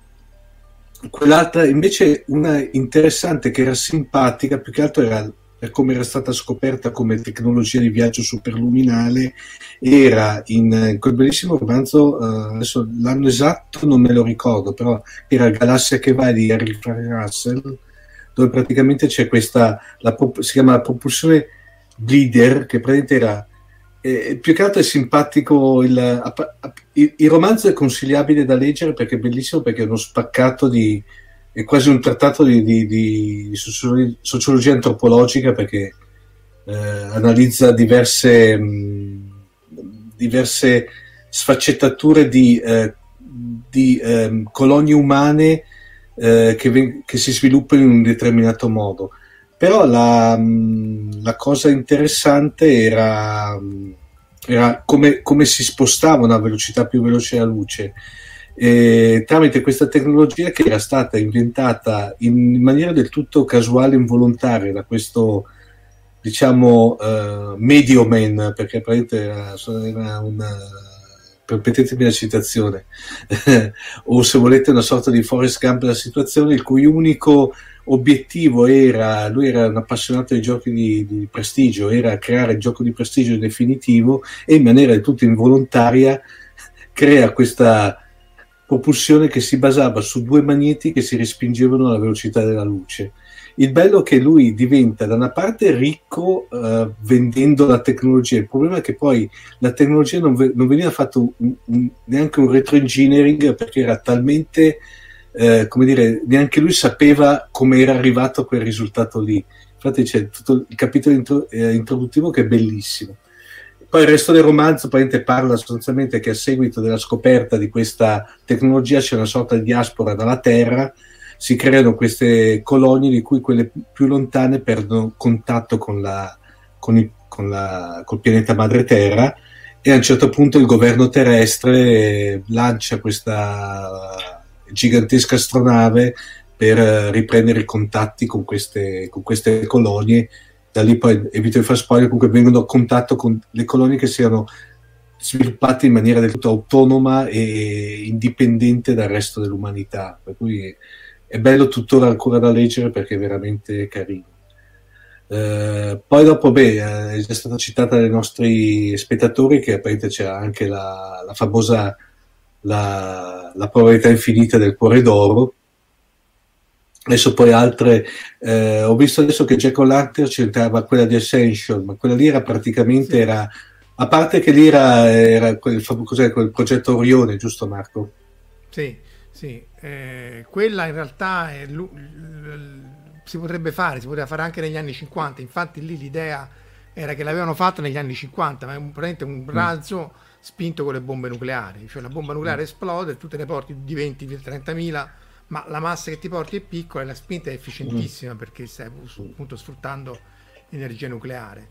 quell'altra invece, una interessante che era simpatica, più che altro era per come era stata scoperta come tecnologia di viaggio superluminale, era in, in quel bellissimo romanzo, uh, adesso l'anno esatto non me lo ricordo, però era Galassia che va di Harry Russell, dove praticamente c'è questa, la, si chiama la propulsione Bleeder, che praticamente era, eh, più che altro è simpatico, il, a, a, il, il romanzo è consigliabile da leggere perché è bellissimo, perché è uno spaccato di è quasi un trattato di, di, di sociologia antropologica, perché eh, analizza diverse mh, diverse sfaccettature di, eh, di ehm, colonie umane eh, che, ven- che si sviluppano in un determinato modo. Però la, la cosa interessante era, era come, come si spostavano a velocità più veloce la luce, eh, tramite questa tecnologia che era stata inventata in maniera del tutto casuale e involontaria da questo, diciamo, uh, medio man, perché praticamente era, era un, permettetemi la citazione, o se volete una sorta di Forrest Gump della situazione, il cui unico obiettivo era, lui era un appassionato di giochi di, di prestigio, era creare il gioco di prestigio definitivo, e in maniera del tutto involontaria crea questa propulsione che si basava su due magneti che si respingevano alla velocità della luce. Il bello è che lui diventa da una parte ricco uh, vendendo la tecnologia. Il problema è che poi la tecnologia non, ve- non veniva fatto un, un, neanche un retroengineering, perché era talmente eh, come dire, neanche lui sapeva come era arrivato a quel risultato lì. Infatti c'è tutto il capitolo intro- eh, introduttivo che è bellissimo. Poi il resto del romanzo parla sostanzialmente che a seguito della scoperta di questa tecnologia c'è una sorta di diaspora dalla Terra, si creano queste colonie di cui quelle più lontane perdono contatto con la, con il, con la, col pianeta madre Terra, e a un certo punto il governo terrestre lancia questa gigantesca astronave per riprendere i contatti con queste, con queste colonie. Da lì poi, evito di far spoiler, comunque vengono a contatto con le colonie che siano sviluppate in maniera del tutto autonoma e indipendente dal resto dell'umanità, per cui è bello tuttora ancora da leggere perché è veramente carino. Eh, poi dopo, beh, è già stata citata dai nostri spettatori che appunto c'è anche la, la famosa la, la probabilità infinita del cuore d'oro. Adesso poi altre, eh, ho visto adesso che Jack O'Lantern c'entrava quella di Ascension, ma quella lì era praticamente, sì. era, a parte che lì era, era quel, cos'è, quel progetto Orione, giusto Marco? Sì, sì, eh, quella in realtà è, l- l- si potrebbe fare, si poteva fare anche negli anni cinquanta, infatti lì l'idea era che l'avevano fatto negli anni cinquanta, ma è un, praticamente un razzo mm. spinto con le bombe nucleari, cioè la bomba nucleare mm. esplode, tu te ne porti di venti trentamila, ma la massa che ti porti è piccola e la spinta è efficientissima mm. perché stai appunto sfruttando l'energia nucleare.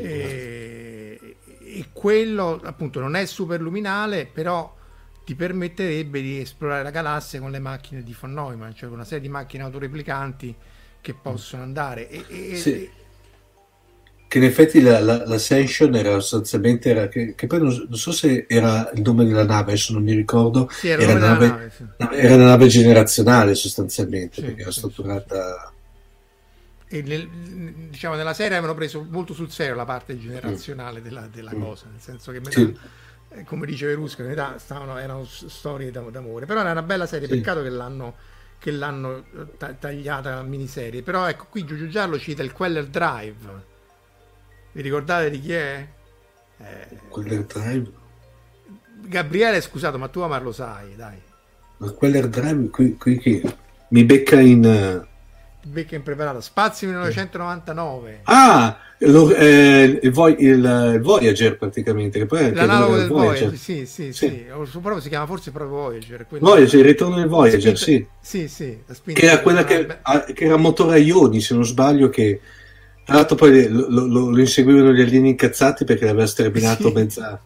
E, e quello appunto non è superluminale, però ti permetterebbe di esplorare la galassia con le macchine di von Neumann, cioè con una serie di macchine autoreplicanti che possono andare e, e, sì. e che in effetti la, la, l'Ascension era sostanzialmente era, che, che poi non, non so se era il nome della nave, adesso non mi ricordo, sì, era, era, una nave, nave, sì. era una nave generazionale sostanzialmente, sì, perché era sì, strutturata sì. E nel, diciamo nella serie avevano preso molto sul serio la parte generazionale mm. della, della mm. cosa, nel senso che metà, sì. eh, come dice Verusca, metà stavano, erano storie d'amore, però era una bella serie, sì. Peccato che l'hanno che l'hanno tagliata a miniserie. Però ecco, qui Giugiu Giallo cita il Queller Drive. Vi ricordate di chi è? Eh, Queller Drive? Gabriele, scusato, ma tu Amar lo sai, dai. Ma Queller Drive qui, qui chi? Mi becca in uh... becca impreparato. Spazio millenovecentonovantanove. Ah, lo, eh, il, Voy- il, il Voyager praticamente, che poi è anche l'analogo del Voyager. Voyager, sì, sì, sì, sì. Proprio si chiama forse proprio Voyager. Voyager, il ritorno del Voyager, spinta, sì. Sì, sì. Che era quella che, a, che era motore a ioni, se non sbaglio, che tra l'altro poi lo, lo, lo inseguivano gli alieni incazzati perché l'aveva sterminato, sì. mezza...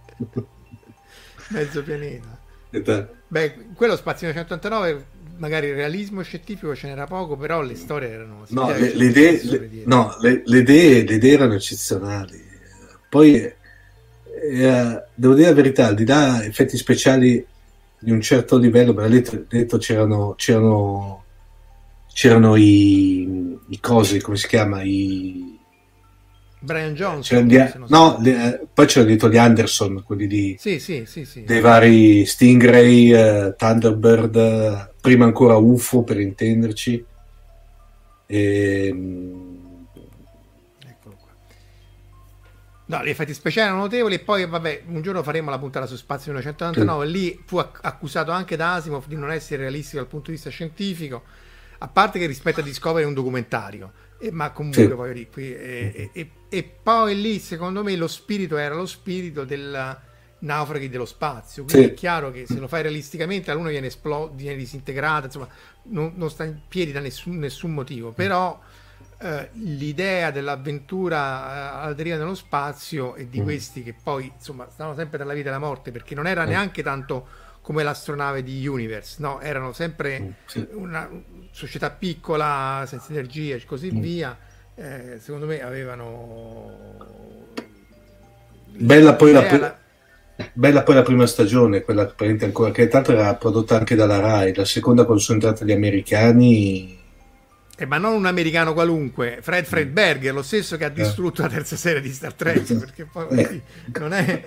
mezzo pianeta. Età. Beh, quello Spazio millenovecentonovantanove, magari realismo scientifico ce n'era poco, però le storie erano... No, le, le, idee, le, no le, le, idee, le idee erano eccezionali. Poi, eh, devo dire la verità, al di là effetti speciali di un certo livello, ma detto, detto c'erano... c'erano c'erano i, i cosi, come si chiama, i Brian Johnson, gli, no, le, poi c'erano detto gli Anderson, quelli di sì, sì, sì, sì. dei vari Stingray, uh, Thunderbird, uh, prima ancora U F O per intenderci, e, eccolo qua. No, gli effetti speciali erano notevoli, e poi vabbè, un giorno faremo la puntata su Spazio millenovecentonovantanove, sì. Lì fu accusato anche da Asimov di non essere realistico dal punto di vista scientifico, a parte che rispetto a Discovery è un documentario, eh, ma comunque sì. poi lì, qui, eh, e, e, e poi lì secondo me lo spirito era lo spirito del naufraghi dello spazio, quindi Sì. è chiaro che se lo fai realisticamente la Luna viene, esplo- viene disintegrata, insomma non, non sta in piedi da nessun, nessun motivo, però eh, l'idea dell'avventura eh, alla deriva nello spazio e di Mm. questi che poi insomma stavano sempre tra la vita e la morte, perché non era Mm. neanche tanto come l'astronave di Universe, no, erano sempre Mm, sì. una società piccola, senza energia e così Mm. via. Eh, secondo me avevano Bella poi la, l'idea, la- bella poi la prima stagione, quella che praticamente ancora, che tanto era prodotta anche dalla Rai, la seconda quando sono entrati gli americani. Eh, ma non un americano qualunque, Fred Fred Berger, lo stesso che ha distrutto la terza serie di Star Trek, perché poi Eh. non è...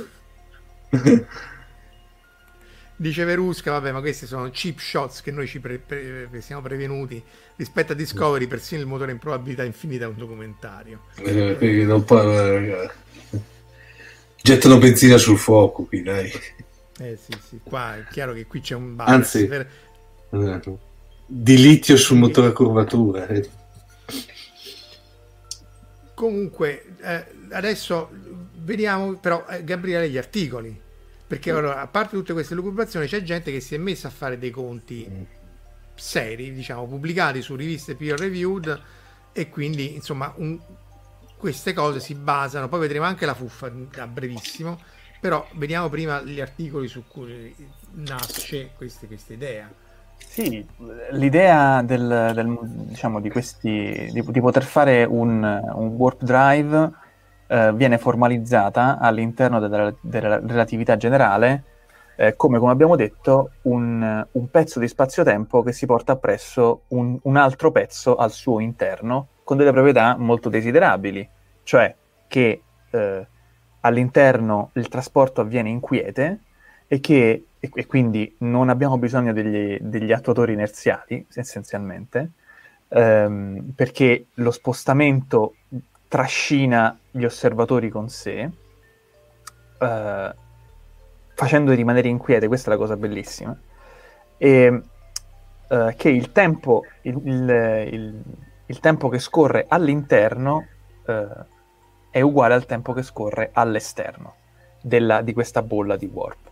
Dice Verusca, vabbè, ma questi sono cheap shots che noi ci pre- pre- che siamo prevenuti rispetto a Discovery, persino il motore in probabilità infinita è un documentario. Eh, quindi non può- eh, gettano benzina sul fuoco qui, dai. Eh sì, sì, qua è chiaro che qui c'è un bias. Anzi, Per- eh, di litio sul motore a curvatura. eh. Comunque, eh, adesso vediamo però, eh, Gabriele, gli articoli. Perché allora, a parte tutte queste lucubrazioni, c'è gente che si è messa a fare dei conti seri, diciamo, pubblicati su riviste peer reviewed, e quindi, insomma, un- queste cose si basano, poi vedremo anche la fuffa a brevissimo, però vediamo prima gli articoli su cui nasce queste, questa idea. Sì, l'idea del, del, diciamo, di questi di, di poter fare un, un warp drive eh, viene formalizzata all'interno della, della relatività generale eh, come, come abbiamo detto, un, un pezzo di spazio-tempo che si porta appresso un, un altro pezzo al suo interno con delle proprietà molto desiderabili, cioè che eh, all'interno il trasporto avviene in quiete e che e, e quindi non abbiamo bisogno degli, degli attuatori inerziali, essenzialmente, ehm, perché lo spostamento trascina gli osservatori con sé, eh, facendoli rimanere inquiete. Questa è la cosa bellissima. E eh, che il tempo, il, il, il, il tempo che scorre all'interno eh, è uguale al tempo che scorre all'esterno della, di questa bolla di warp.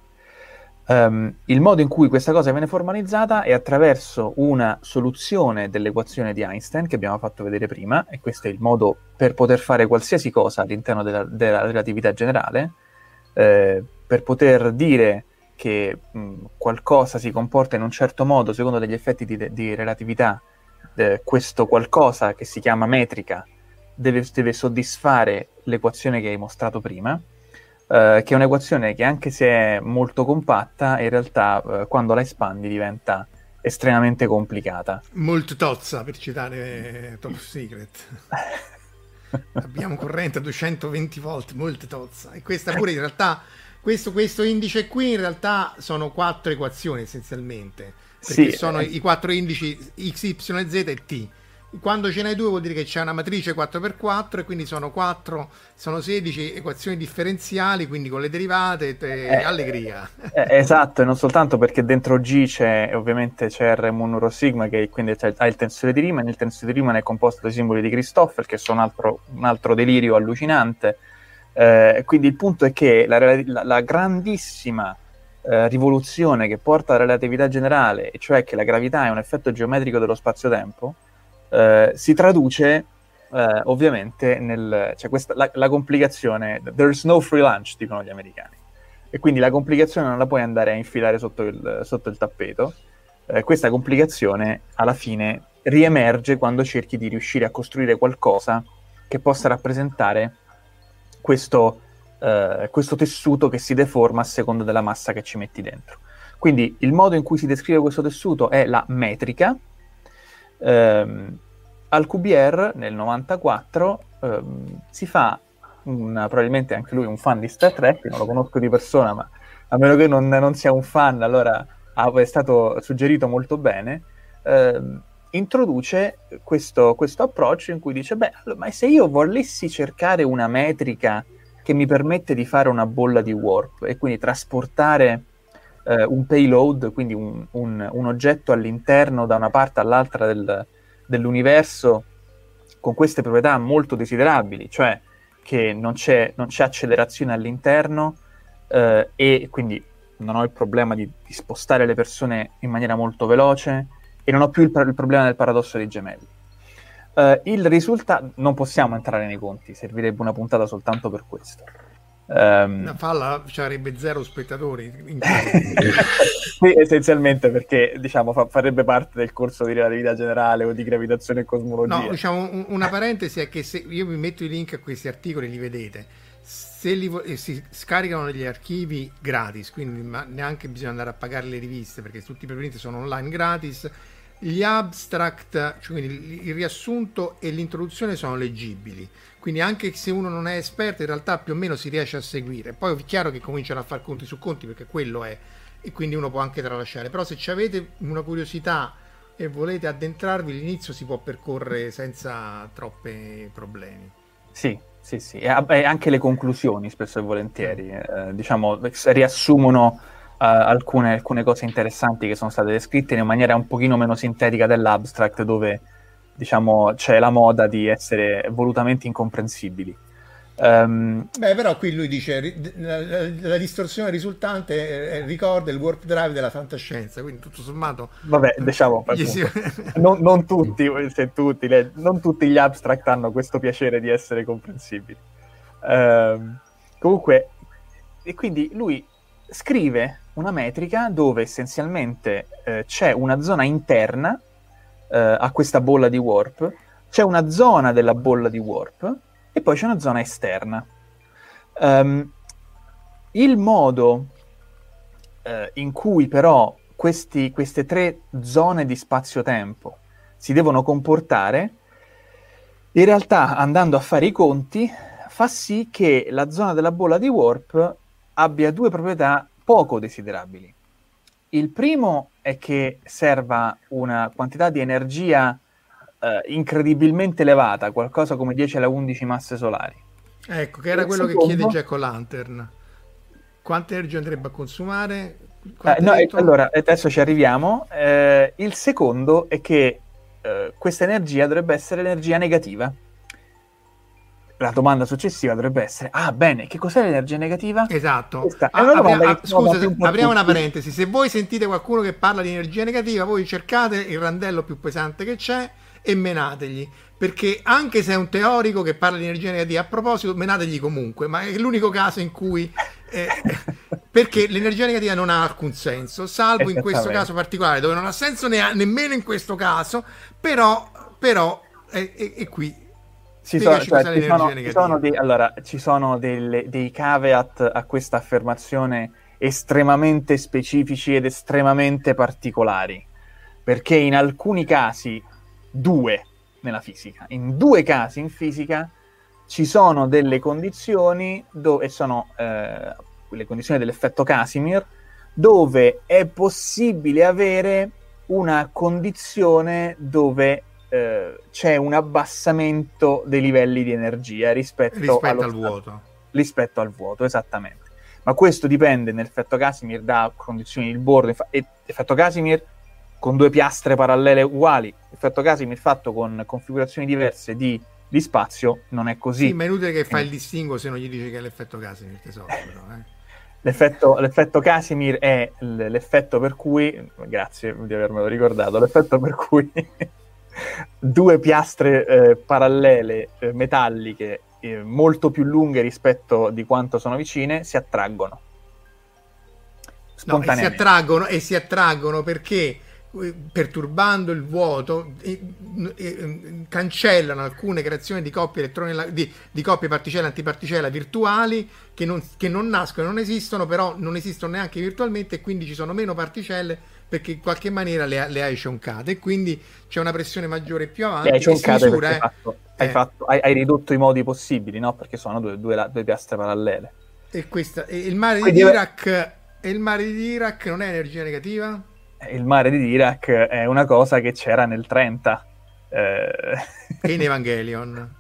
Um, il modo in cui questa cosa viene formalizzata è attraverso una soluzione dell'equazione di Einstein che abbiamo fatto vedere prima, e questo è il modo per poter fare qualsiasi cosa all'interno della, della relatività generale, eh, per poter dire che mh, qualcosa si comporta in un certo modo secondo degli effetti di, di relatività. Eh, questo qualcosa, che si chiama metrica, deve, deve soddisfare l'equazione che hai mostrato prima. Uh, che è un'equazione che, anche se è molto compatta, in realtà uh, quando la espandi diventa estremamente complicata. Molto tozza, per citare Top Secret. Abbiamo corrente a duecentoventi volt, molto tozza. E questa pure in realtà, questo, questo indice qui in realtà sono quattro equazioni essenzialmente, perché Sì, sono eh. i quattro indici X, Y, Z e T. Quando ce n'hai due vuol dire che c'è una matrice quattro per quattro, e quindi sono quattro, sono sedici equazioni differenziali, quindi con le derivate, te, Eh, allegria. Eh, esatto, e non soltanto, perché dentro G c'è ovviamente c'è R mu nu rho sigma, che quindi c'è, ha il tensore di Riemann. Il tensore di Riemann è composto dai simboli di Christoffel, che sono un altro, un altro delirio allucinante. Eh, quindi il punto è che la, la, la grandissima eh, rivoluzione che porta alla relatività generale, e cioè che la gravità è un effetto geometrico dello spazio-tempo, eh, si traduce eh, ovviamente nel, cioè questa, la, la complicazione, there's no free lunch, dicono gli americani. E quindi la complicazione non la puoi andare a infilare sotto il, sotto il tappeto. Eh, questa complicazione alla fine riemerge quando cerchi di riuscire a costruire qualcosa che possa rappresentare questo, eh, questo tessuto che si deforma a seconda della massa che ci metti dentro. Quindi il modo in cui si descrive questo tessuto è la metrica. Ehm, Alcubierre nel novantaquattro ehm, si fa una, probabilmente anche lui un fan di Star Trek, non lo conosco di persona, ma a meno che non, non sia un fan, allora ah, è stato suggerito molto bene. Ehm, introduce questo, questo approccio in cui dice: beh, ma se io volessi cercare una metrica che mi permette di fare una bolla di warp e quindi trasportare eh, un payload, quindi un, un, un oggetto all'interno da una parte all'altra del, dell'universo con queste proprietà molto desiderabili, cioè che non c'è, non c'è accelerazione all'interno, eh, e quindi non ho il problema di, di spostare le persone in maniera molto veloce e non ho più il, il problema del paradosso dei gemelli. Uh, il risultato, non possiamo entrare nei conti, servirebbe una puntata soltanto per questo. Um, Una falla ci zero spettatori in sì, essenzialmente perché diciamo fa, farebbe parte del corso di relatività generale o di gravitazione e cosmologia. No, diciamo un, una parentesi è che se io vi metto i link a questi articoli, li vedete, se li vo- si scaricano negli archivi gratis, quindi ma neanche bisogna andare a pagare le riviste perché tutti i preprint sono online gratis. Gli abstract, cioè quindi il riassunto e l'introduzione sono leggibili, quindi anche se uno non è esperto in realtà più o meno si riesce a seguire. Poi è chiaro che cominciano a fare conti su conti perché quello è, e quindi uno può anche tralasciare, però se avete una curiosità e volete addentrarvi, l'inizio si può percorrere senza troppi problemi. Sì, sì, sì, e anche le conclusioni spesso e volentieri eh, diciamo riassumono Uh, alcune, alcune cose interessanti che sono state descritte in maniera un pochino meno sintetica dell'abstract, dove diciamo c'è la moda di essere volutamente incomprensibili. Um, Beh, però qui lui dice la, la, la distorsione risultante eh, ricorda il warp drive della fantascienza, quindi tutto sommato vabbè, diciamo si... non, non tutti, se tutti le, non tutti gli abstract hanno questo piacere di essere comprensibili. Um, comunque, e quindi lui scrive una metrica dove essenzialmente eh, c'è una zona interna eh, a questa bolla di warp, c'è una zona della bolla di warp e poi c'è una zona esterna. Um, il modo eh, in cui però questi, queste tre zone di spazio-tempo si devono comportare, in realtà andando a fare i conti, fa sì che la zona della bolla di warp abbia due proprietà poco desiderabili. Il primo è che serva una quantità di energia eh, incredibilmente elevata, qualcosa come dieci alla undici masse solari. Ecco, che era quello secondo... che chiede Jack O'Lantern. Quanta energia andrebbe a consumare? Eh, no, allora, adesso ci arriviamo. Eh, il secondo è che eh, questa energia dovrebbe essere energia negativa. La domanda successiva dovrebbe essere: ah, bene, che cos'è l'energia negativa? Esatto. Questa è una domanda ah, che scusa, se, apriamo una parentesi. Se voi sentite qualcuno che parla di energia negativa, voi cercate il randello più pesante che c'è e menategli. Perché anche se è un teorico che parla di energia negativa, a proposito, menategli comunque. Ma è l'unico caso in cui... Eh, perché l'energia negativa non ha alcun senso, salvo in questo caso particolare, dove non ha senso ne- nemmeno in questo caso, però, però è, è, è qui. Ci sono, cioè, ci sono, ci sono dei, allora, ci sono delle, dei caveat a questa affermazione estremamente specifici ed estremamente particolari, perché in alcuni casi, due nella fisica, in due casi in fisica ci sono delle condizioni dove sono eh, le condizioni dell'effetto Casimir, dove è possibile avere una condizione dove eh, c'è un abbassamento dei livelli di energia rispetto, rispetto al stato, vuoto. Rispetto al vuoto, esattamente. Ma questo dipende nell'effetto Casimir da condizioni di bordo, e effetto Casimir con due piastre parallele uguali, effetto Casimir fatto con configurazioni diverse di di spazio non è così. Sì, ma è inutile che fa il distinguo se non gli dici che è l'effetto Casimir, tesoro, però, eh. l'effetto, l'effetto Casimir è l'effetto per cui, grazie di avermelo ricordato, l'effetto per cui due piastre eh, parallele eh, metalliche eh, molto più lunghe rispetto di quanto sono vicine si attraggono spontaneamente. No, e si attraggono, e si attraggono perché perturbando il vuoto e, e, cancellano alcune creazioni di coppie elettroni di, di coppie particella antiparticella virtuali che non, che non nascono, non esistono, però non esistono neanche virtualmente, e quindi ci sono meno particelle perché in qualche maniera le, le hai cioncate, e quindi c'è una pressione maggiore più avanti. Le hai cioncate misura, perché eh. hai, fatto, hai, eh. fatto, hai, hai ridotto i modi possibili, no? Perché sono due, due, due piastre parallele. E questa e il mare quindi di Dirac deve... e il mare di Dirac non è energia negativa? Il mare di Dirac è una cosa che c'era nel trenta eh... e in Evangelion.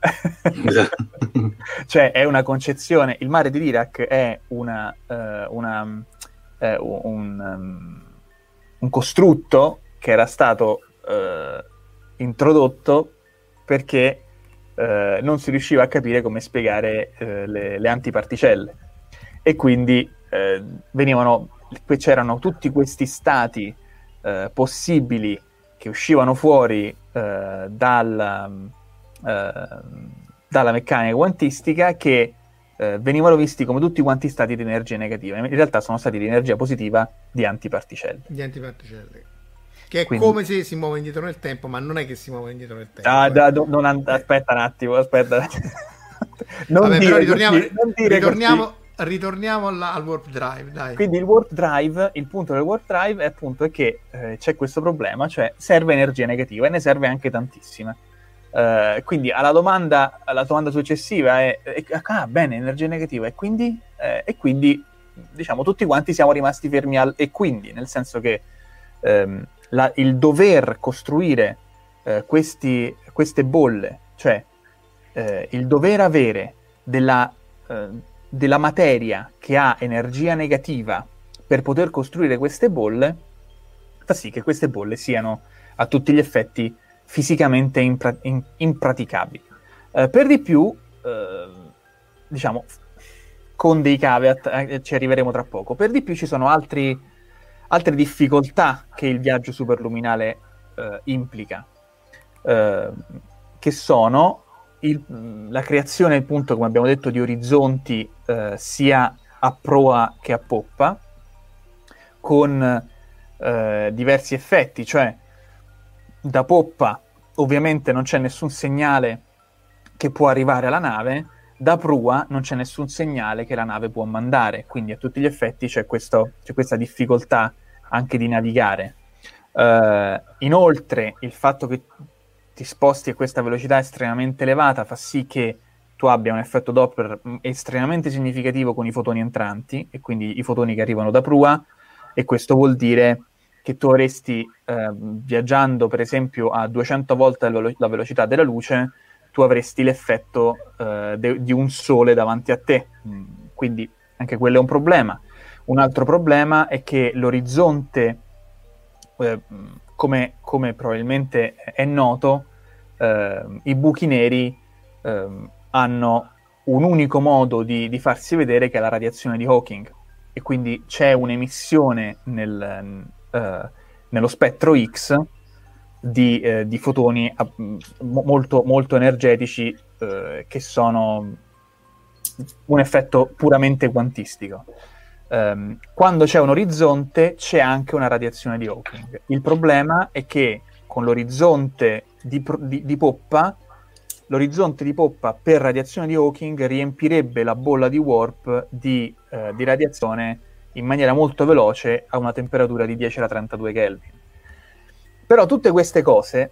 Cioè è una concezione, il mare di Dirac è una, uh, una um, uh, un, um, un costrutto che era stato uh, introdotto perché uh, non si riusciva a capire come spiegare uh, le, le antiparticelle, e quindi eh, venivano, c'erano tutti questi stati eh, possibili che uscivano fuori eh, dal, eh, dalla meccanica quantistica, che eh, venivano visti come tutti quanti stati di energia negativa. In realtà sono stati di energia positiva di antiparticelle. Di antiparticelle. Che è Quindi, come se si muove indietro nel tempo, ma non è che si muove indietro nel tempo. Ah, eh. da, do, non and- aspetta un attimo, aspetta. non Vabbè, dire però ritorniamo, così, non dire ritorniamo, così. ritorniamo alla, al warp drive, dai. Quindi il warp drive, il punto del warp drive è appunto è che eh, c'è questo problema, cioè serve energia negativa e ne serve anche tantissima. Uh, quindi alla domanda, alla domanda successiva è, è ah bene, energia negativa e quindi, eh, e quindi diciamo tutti quanti siamo rimasti fermi al e quindi, nel senso che ehm, la, il dover costruire eh, questi, queste bolle, cioè eh, il dover avere della, eh, della materia che ha energia negativa per poter costruire queste bolle, fa sì che queste bolle siano a tutti gli effetti fisicamente impra- in- impraticabili. Eh, per di più, eh, diciamo, con dei caveat, eh, ci arriveremo tra poco, per di più ci sono altri, altre difficoltà che il viaggio superluminale eh, implica, eh, che sono il, la creazione, appunto, come abbiamo detto, di orizzonti eh, sia a proa che a poppa, con eh, diversi effetti, cioè da poppa ovviamente non c'è nessun segnale che può arrivare alla nave, da prua non c'è nessun segnale che la nave può mandare, quindi a tutti gli effetti c'è, questo, c'è questa difficoltà anche di navigare. Uh, inoltre il fatto che ti sposti a questa velocità estremamente elevata fa sì che tu abbia un effetto Doppler estremamente significativo con i fotoni entranti, e quindi i fotoni che arrivano da prua, e questo vuol dire che tu avresti, eh, viaggiando per esempio a duecento volte la, velo- la velocità della luce, tu avresti l'effetto eh, de- di un sole davanti a te. Mm. Quindi anche quello è un problema. Un altro problema è che l'orizzonte, eh, come, come probabilmente è noto, eh, i buchi neri eh, hanno un unico modo di, di farsi vedere, che è la radiazione di Hawking, e quindi c'è un'emissione nel... Uh, nello spettro X di, uh, di fotoni uh, molto, molto energetici, uh, che sono un effetto puramente quantistico. Um, quando c'è un orizzonte c'è anche una radiazione di Hawking. Il problema è che con l'orizzonte di, di, di poppa, l'orizzonte di poppa per radiazione di Hawking riempirebbe la bolla di warp di, uh, di radiazione in maniera molto veloce a una temperatura di dieci alla trentadue Kelvin. Però tutte queste cose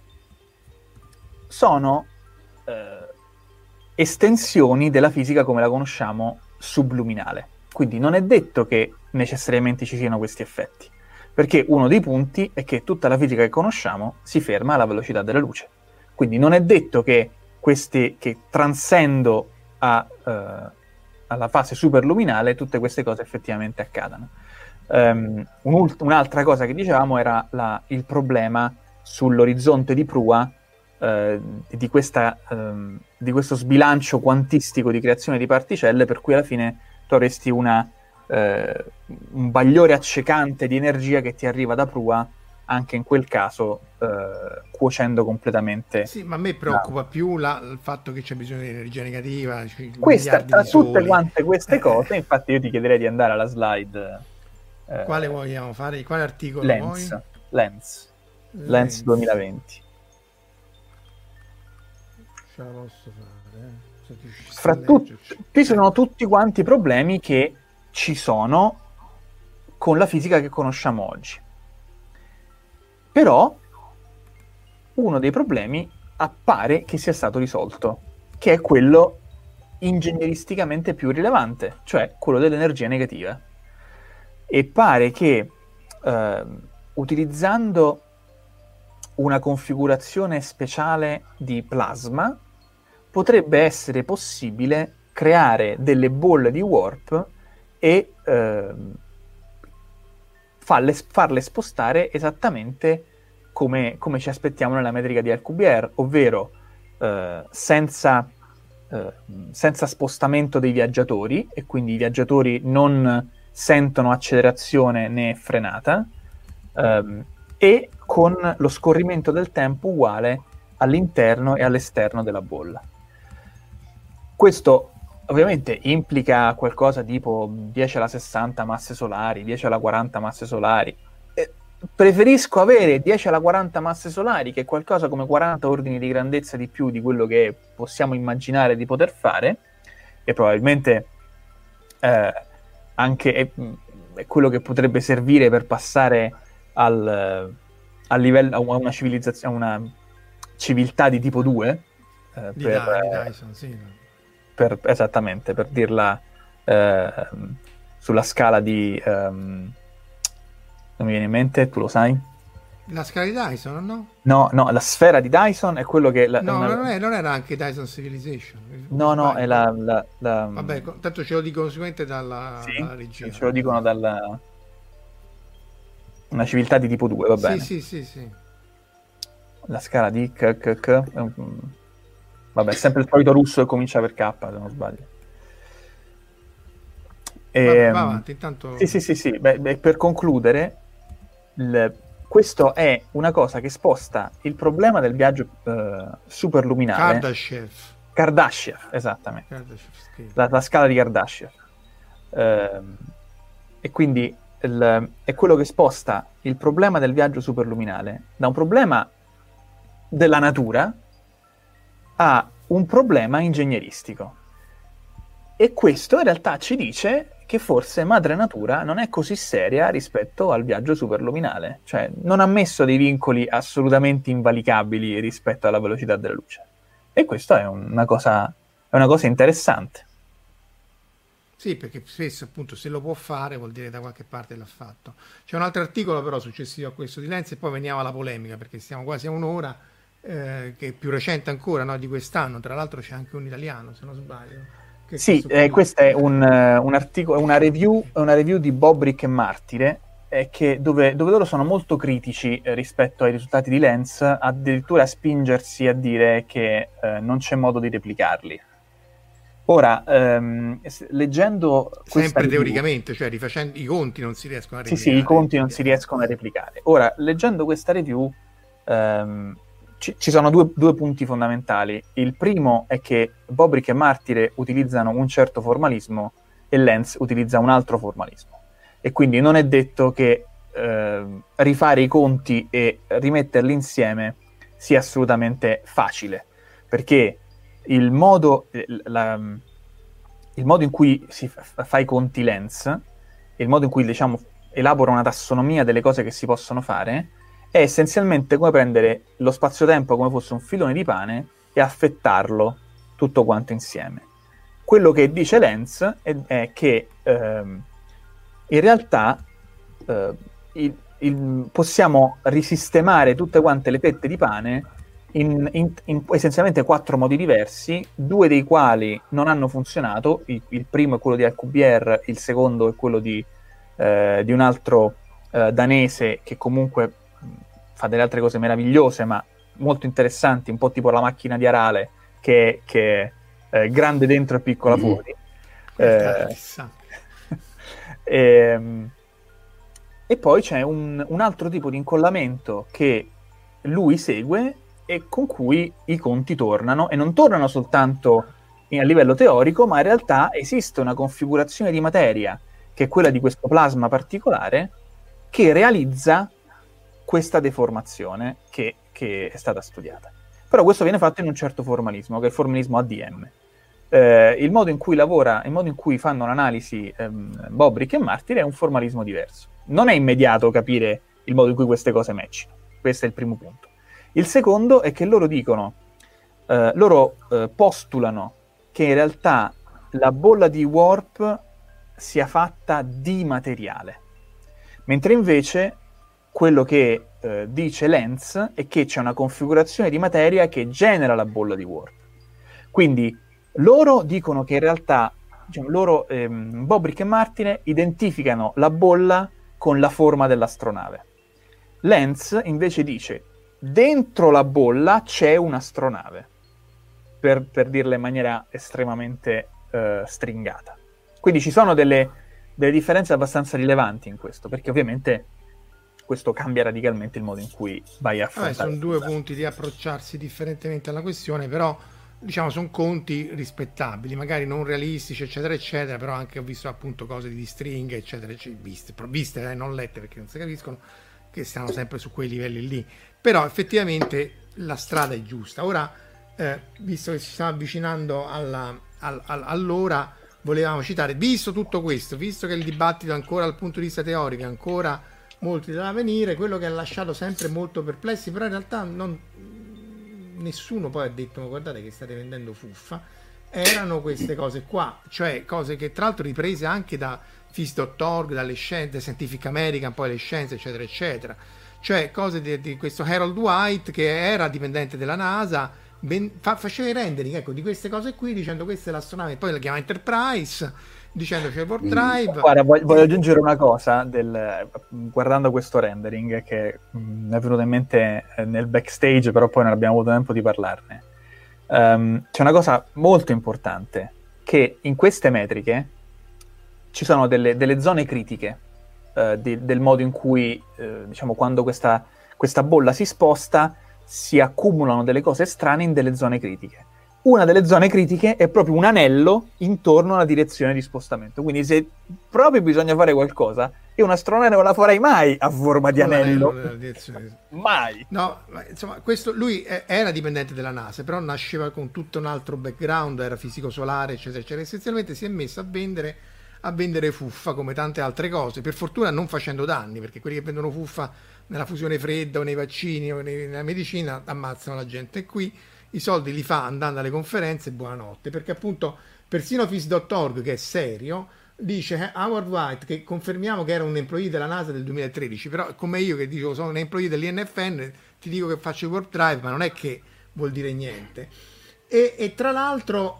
sono eh, estensioni della fisica come la conosciamo subluminale. Quindi non è detto che necessariamente ci siano questi effetti, perché uno dei punti è che tutta la fisica che conosciamo si ferma alla velocità della luce. Quindi non è detto che questi, che transendo a... Eh, alla fase superluminale tutte queste cose effettivamente accadano. Um, un'altra cosa che dicevamo era la, il problema sull'orizzonte di prua uh, di, questa, um, di questo sbilancio quantistico di creazione di particelle, per cui alla fine tu avresti una, uh, un bagliore accecante di energia che ti arriva da prua, anche in quel caso uh, cuocendo completamente. Sì, ma a me preoccupa no. più la, il fatto che c'è bisogno di energia negativa. Cioè Questa, tra tutte quante queste cose, eh. infatti io ti chiederei di andare alla slide. Eh, quale vogliamo fare? Quale articolo Lens, vuoi? Lens. Lens, Lens duemilaventi. Ce la posso fare. Eh? Fra tutti, ci sono tutti quanti i problemi che ci sono con la fisica che conosciamo oggi. Però uno dei problemi appare che sia stato risolto, che è quello ingegneristicamente più rilevante, cioè quello dell'energia negativa. E pare che eh, utilizzando una configurazione speciale di plasma potrebbe essere possibile creare delle bolle di warp e eh, farle, farle spostare esattamente come, come ci aspettiamo nella metrica di Alcubierre, ovvero eh, senza, eh, senza spostamento dei viaggiatori, e quindi i viaggiatori non sentono accelerazione né frenata, ehm, e con lo scorrimento del tempo uguale all'interno e all'esterno della bolla. Questo ovviamente implica qualcosa tipo dieci alla sessanta masse solari, dieci alla quaranta masse solari. Eh, preferisco avere dieci alla quaranta masse solari, che è qualcosa come quaranta ordini di grandezza di più di quello che possiamo immaginare di poter fare, e probabilmente eh, anche è, è quello che potrebbe servire per passare al, al livello, a una civilizzazione, a una civiltà di tipo due, eh, Di, per, Dy- di Dyson, sì. per, esattamente, per dirla eh, sulla scala di ehm, non mi viene in mente, tu lo sai? La scala di Dyson, no? No, no, la sfera di Dyson è quello che... La, No, una... non, è, non era anche Dyson Civilization. No, no, è la... la, la... Vabbè, tanto ce lo dicono sicuramente dalla, sì, dalla regia. ce lo dicono dalla... Una civiltà di tipo due, va bene. Sì, sì, sì, sì. La scala di... K, K, K, vabbè, sempre il solito russo che comincia per K, se non sbaglio. E... Vabbè, va avanti, intanto... Sì, sì, sì, sì. Beh, beh, per concludere... Il... Questo è una cosa che sposta il problema del viaggio uh, superluminale. Kardashev. Kardashev, esattamente. Kardashev, la, la scala di Kardashev. Uh, e quindi il, è quello che sposta il problema del viaggio superluminale da un problema della natura a un problema ingegneristico. E questo in realtà ci dice che forse madre natura non è così seria rispetto al viaggio superluminale, cioè non ha messo dei vincoli assolutamente invalicabili rispetto alla velocità della luce. E questo è una cosa, è una cosa interessante. Sì, perché spesso appunto se lo può fare vuol dire da qualche parte l'ha fatto. C'è un altro articolo però successivo a questo di Lenz e poi veniamo alla polemica, perché stiamo quasi a un'ora, eh, che è più recente ancora, no, di quest'anno. Tra l'altro c'è anche un italiano, se non sbaglio. Che sì, eh, questo è un, un articolo, una review, una review di Bobrick e Martire, eh, che dove, dove loro sono molto critici eh, rispetto ai risultati di Lenz, addirittura a spingersi a dire che eh, non c'è modo di replicarli. Ora, ehm, leggendo sempre review, teoricamente, cioè rifacendo i conti non si riescono a replicare. Sì, sì, i conti non si riescono a replicare. Ora, leggendo questa review, ehm, ci, ci sono due, due punti fondamentali. Il primo è che Bobrick e Martire utilizzano un certo formalismo e Lenz utilizza un altro formalismo. E quindi non è detto che eh, rifare i conti e rimetterli insieme sia assolutamente facile, perché il modo, la, il modo in cui si fa, fa i conti Lenz, il modo in cui, diciamo, elabora una tassonomia delle cose che si possono fare, è essenzialmente come prendere lo spazio-tempo come fosse un filone di pane e affettarlo tutto quanto insieme. Quello che dice Lenz è, è che ehm, in realtà eh, il, il, possiamo risistemare tutte quante le fette di pane in, in, in essenzialmente quattro modi diversi, due dei quali non hanno funzionato. Il, il primo è quello di Alcubierre, il secondo è quello di, eh, di un altro eh, danese che comunque fa delle altre cose meravigliose, ma molto interessanti, un po' tipo la macchina di Arale, che, che è eh, grande dentro e piccola mm. fuori. Eh, e, e poi c'è un, un altro tipo di incollamento che lui segue e con cui i conti tornano, e non tornano soltanto in, a livello teorico, ma in realtà esiste una configurazione di materia, che è quella di questo plasma particolare, che realizza questa deformazione che, che è stata studiata. Però questo viene fatto in un certo formalismo, che è il formalismo A D M. Eh, il modo in cui lavora, il modo in cui fanno l'analisi ehm, Bobrick e Martire è un formalismo diverso. Non è immediato capire il modo in cui queste cose matchino. Questo è il primo punto. Il secondo è che loro dicono, eh, loro eh, postulano che in realtà la bolla di warp sia fatta di materiale, mentre invece quello che eh, dice Lenz è che c'è una configurazione di materia che genera la bolla di warp. Quindi loro dicono che in realtà, diciamo, loro, ehm, Bobrick e Martire identificano la bolla con la forma dell'astronave. Lenz invece dice dentro la bolla c'è un'astronave, per, per dirla in maniera estremamente eh, stringata. Quindi ci sono delle, delle differenze abbastanza rilevanti in questo, perché ovviamente questo cambia radicalmente il modo in cui vai a affrontare. Vabbè, sono due punti di approcciarsi differentemente alla questione, però diciamo sono conti rispettabili, magari non realistici eccetera eccetera, però anche ho visto appunto cose di stringhe eccetera eccetera, viste, viste eh, non lette perché non si capiscono, che stanno sempre su quei livelli lì, però effettivamente la strada è giusta. Ora eh, visto che ci stiamo avvicinando alla, all, all, all'ora, volevamo citare, visto tutto questo, visto che il dibattito ancora dal punto di vista teorico è ancora molti da venire, quello che ha lasciato sempre molto perplessi, però in realtà non, nessuno poi ha detto ma guardate che state vendendo fuffa, erano queste cose qua, cioè cose che tra l'altro riprese anche da Phys punto org, dalle scienze, Scientific American, poi le scienze eccetera eccetera, cioè cose di, di questo Harold White che era dipendente della NASA, ben, fa, faceva i rendering, ecco, di queste cose qui dicendo questa è l'astronave, poi la chiama Enterprise, dicendo c'è il Warp Drive. Guarda, voglio, voglio aggiungere una cosa del, guardando questo rendering che mh, è venuto in mente nel backstage, però poi non abbiamo avuto tempo di parlarne. Um, c'è una cosa molto importante, che in queste metriche ci sono delle, delle zone critiche uh, di, del modo in cui uh, diciamo quando questa, questa bolla si sposta si accumulano delle cose strane in delle zone critiche. Una delle zone critiche è proprio un anello intorno alla direzione di spostamento. Quindi se proprio bisogna fare qualcosa, io un'astronave non la farei mai a forma di anello. Mai. No, ma insomma, questo, lui era dipendente della NASA, però nasceva con tutto un altro background, era fisico solare, eccetera, eccetera. Essenzialmente si è messo a vendere, a vendere fuffa come tante altre cose, per fortuna non facendo danni, perché quelli che vendono fuffa nella fusione fredda o nei vaccini o nella medicina ammazzano la gente. E qui i soldi li fa andando alle conferenze, buonanotte, perché appunto persino Phys punto org, che è serio, dice Howard White, che confermiamo che era un employee della NASA del duemilatredici, però come io che dico sono un employee dell'I N F N, ti dico che faccio il Warp Drive, ma non è che vuol dire niente. E, e tra l'altro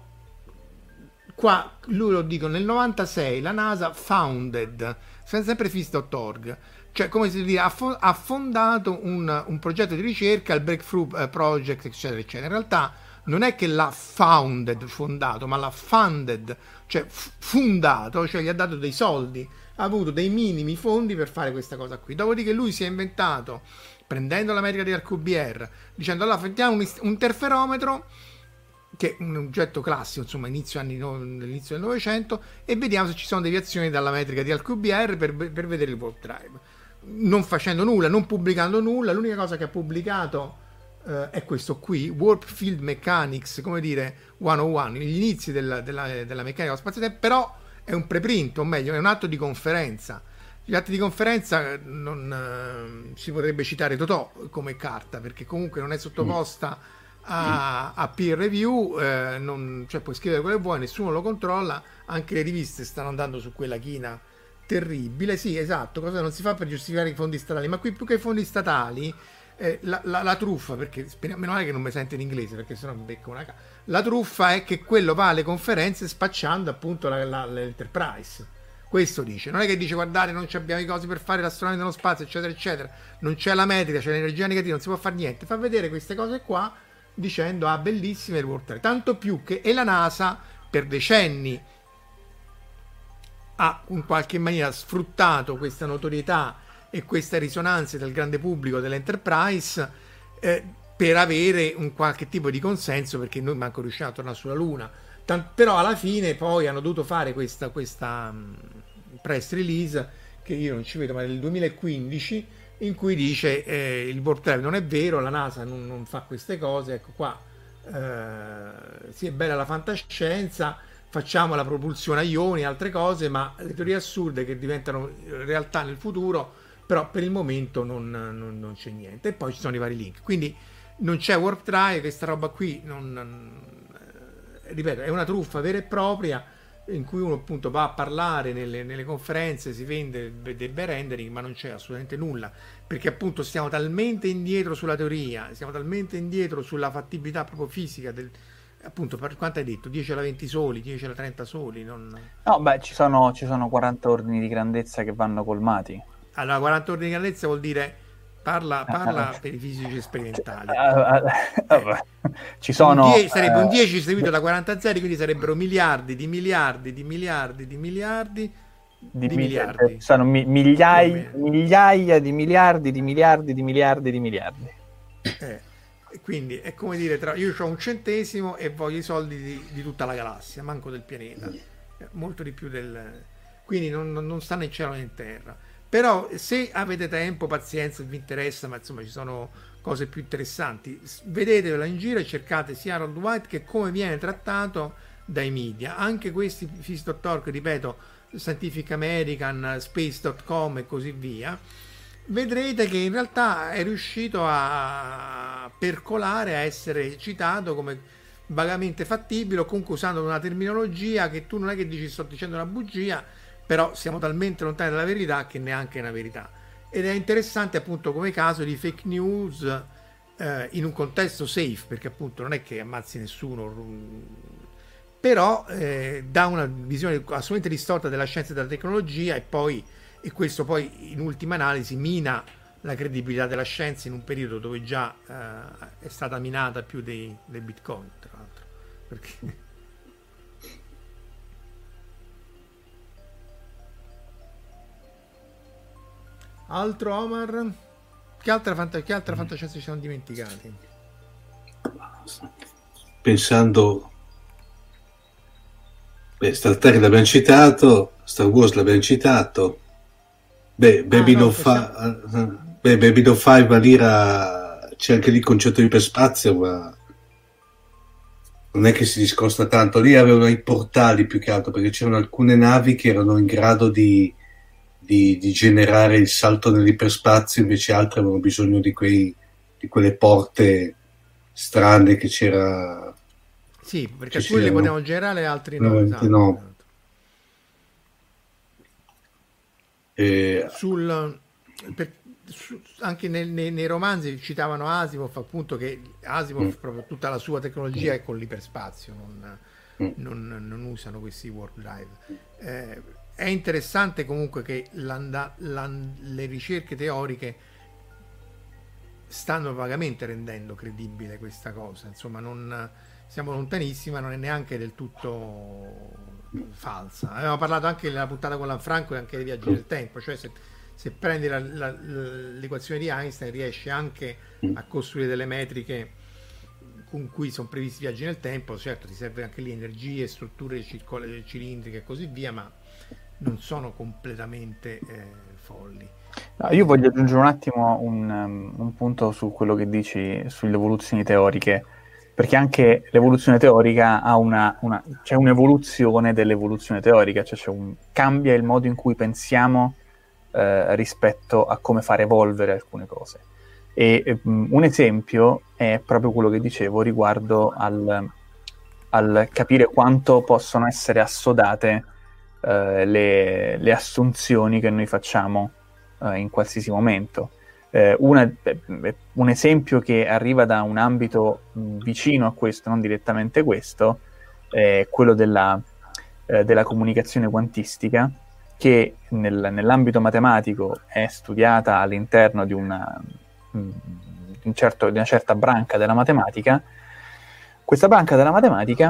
qua lui lo dico, nel novantasei la NASA founded, sempre Phys punto org, cioè come si dice, ha, fo- ha fondato un, un progetto di ricerca, il Breakthrough Project, eccetera, eccetera. In realtà non è che l'ha founded, fondato, ma l'ha funded, cioè f- fondato, cioè gli ha dato dei soldi, ha avuto dei minimi fondi per fare questa cosa qui. Dopodiché lui si è inventato, prendendo la metrica di R Q B R, dicendo allora mettiamo un, ist- un interferometro, che è un oggetto classico, insomma, inizio anni no, all'inizio del Novecento, e vediamo se ci sono deviazioni dalla metrica di R Q B R per, per vedere il Warp Drive. Non facendo nulla, non pubblicando nulla, l'unica cosa che ha pubblicato uh, è questo qui, Warp Field Mechanics, come dire, centouno, gli inizi della, della, della meccanica spazio-tempo, però è un preprint, o meglio, è un atto di conferenza. Gli atti di conferenza non uh, si potrebbe citare Totò come carta, perché comunque non è sottoposta a, a peer review, eh, non, cioè puoi scrivere quello che vuoi, nessuno lo controlla, anche le riviste stanno andando su quella china terribile. Sì, esatto, cosa non si fa per giustificare i fondi statali, ma qui più che i fondi statali eh, la, la, la truffa, perché meno male che non mi sente in inglese perché sennò mi becco una ca- la truffa è che quello va alle conferenze spacciando appunto la, la, l'Enterprise. Questo dice, non è che dice guardate non abbiamo i cosi per fare l'astronave nello spazio eccetera eccetera, non c'è la metrica, c'è l'energia negativa, non si può fare niente, fa vedere queste cose qua dicendo ah bellissime il Warp Drive, tanto più che e la NASA per decenni ha in qualche maniera sfruttato questa notorietà e questa risonanza del grande pubblico dell'Enterprise eh, per avere un qualche tipo di consenso, perché noi manco riusciamo a tornare sulla Luna. Tant- però alla fine poi hanno dovuto fare questa, questa um, press release che io non ci vedo, ma del duemilaquindici, in cui dice eh, il Warp Drive non è vero, la NASA non, non fa queste cose, ecco qua eh, sì è bella la fantascienza, facciamo la propulsione a ioni e altre cose, ma le teorie assurde che diventano realtà nel futuro, però per il momento non, non, non c'è niente. E poi ci sono i vari link, quindi non c'è Warp Drive, questa roba qui non, non, eh, ripeto, è una truffa vera e propria in cui uno appunto va a parlare nelle, nelle conferenze, si vende dei bei rendering, ma non c'è assolutamente nulla, perché appunto stiamo talmente indietro sulla teoria, siamo talmente indietro sulla fattibilità proprio fisica del, appunto, per quanto hai detto, dieci alla venti soli, dieci alla trenta soli, non... No, beh, ci sono, ci sono quaranta ordini di grandezza che vanno colmati. Allora, quaranta ordini di grandezza vuol dire parla, parla per i fisici sperimentali. Ci sono... Un die- sarebbe un dieci seguito da quaranta zeri, quindi sarebbero miliardi di miliardi di miliardi di miliardi di, di mi- miliardi. sono mi- migliaia, Più o meno. migliaia di miliardi di miliardi di miliardi di miliardi. Eh, e quindi è come dire, tra, io ho un centesimo e voglio i soldi di, di tutta la galassia, manco del pianeta, Eh, molto di più del... Quindi non, non- non sta né in cielo né in terra. Però se avete tempo, pazienza, vi interessa, ma insomma ci sono cose più interessanti, s- vedetevela in giro e cercate sia Harold White che come viene trattato dai media. Anche questi Phys punto org, ripeto, Scientific American, Space punto com e così via, vedrete che in realtà è riuscito a percolare, a essere citato come vagamente fattibile o comunque usando una terminologia che tu non è che dici sto dicendo una bugia, però siamo talmente lontani dalla verità che neanche è una verità. Ed è interessante appunto come caso di fake news eh, in un contesto safe, perché appunto non è che ammazzi nessuno, però eh, dà una visione assolutamente distorta della scienza e della tecnologia, e poi e questo poi in ultima analisi mina la credibilità della scienza in un periodo dove già eh, è stata minata più dei, dei bitcoin, tra l'altro, perché altro, Omar, che altra, fanta- che altra fantascienza ci siamo dimenticati? Pensando, beh, Star Trek l'abbiamo citato, Star Wars l'abbiamo citato, beh, Babylon no, possiamo- five, beh, Babylon five, ma l'ira c'è anche lì il concetto di iperspazio, ma non è che si discosta tanto. Lì avevano i portali più che altro, perché c'erano alcune navi che erano in grado di, di, di generare il salto nell'iperspazio, invece altre avevano bisogno di, quei, di quelle porte strane che c'era. Sì, perché Ci alcuni li siano. potevano generare, altri no. Veramente Esatto, no. esatto. Eh, Sul, per- su- anche nel- nei, nei romanzi citavano Asimov, appunto, che Asimov Mm. proprio tutta la sua tecnologia è con l'iperspazio, non, Mm. non- non usano questi warp drive. Eh, è interessante comunque che l'anda- l'an- le ricerche teoriche stanno vagamente rendendo credibile questa cosa, insomma non siamo lontanissimi, ma non è neanche del tutto falsa. Avevamo parlato anche nella puntata con Lanfranco e anche dei viaggi del tempo, cioè se, se prendi la- la- l'equazione di Einstein riesci anche a costruire delle metriche con cui sono previsti viaggi nel tempo. Certo ti serve anche lì energie, strutture circol- cilindriche e così via, ma non sono completamente eh, folli. No, io voglio aggiungere un attimo un, um, un punto su quello che dici sulle evoluzioni teoriche, perché anche l'evoluzione teorica ha una, una c'è un'evoluzione dell'evoluzione teorica, cioè c'è un, cambia il modo in cui pensiamo eh, rispetto a come far evolvere alcune cose. E um, un esempio è proprio quello che dicevo riguardo al, al capire quanto possono essere assodate eh, le, le assunzioni che noi facciamo in qualsiasi momento. Eh, una, un esempio che arriva da un ambito mh, vicino a questo, non direttamente questo, è quello della, eh, della comunicazione quantistica, che nel, nell'ambito matematico è studiata all'interno di una, mh, di, un certo, di una certa branca della matematica. Questa branca della matematica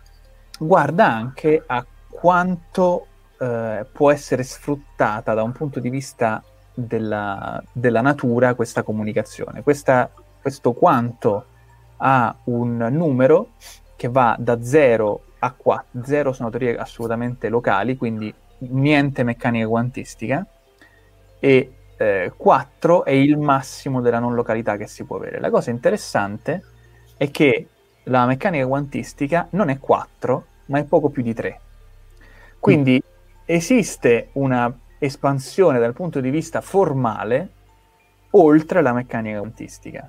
guarda anche a quanto eh, può essere sfruttata da un punto di vista Della, della natura questa comunicazione. Questa, questo quanto ha un numero che va da zero a quattro. zero sono teorie assolutamente locali, quindi niente meccanica quantistica, e eh, quattro è il massimo della non località che si può avere. La cosa interessante è che la meccanica quantistica non è quattro, ma è poco più di tre. Quindi mm. esiste una espansione dal punto di vista formale oltre la meccanica quantistica.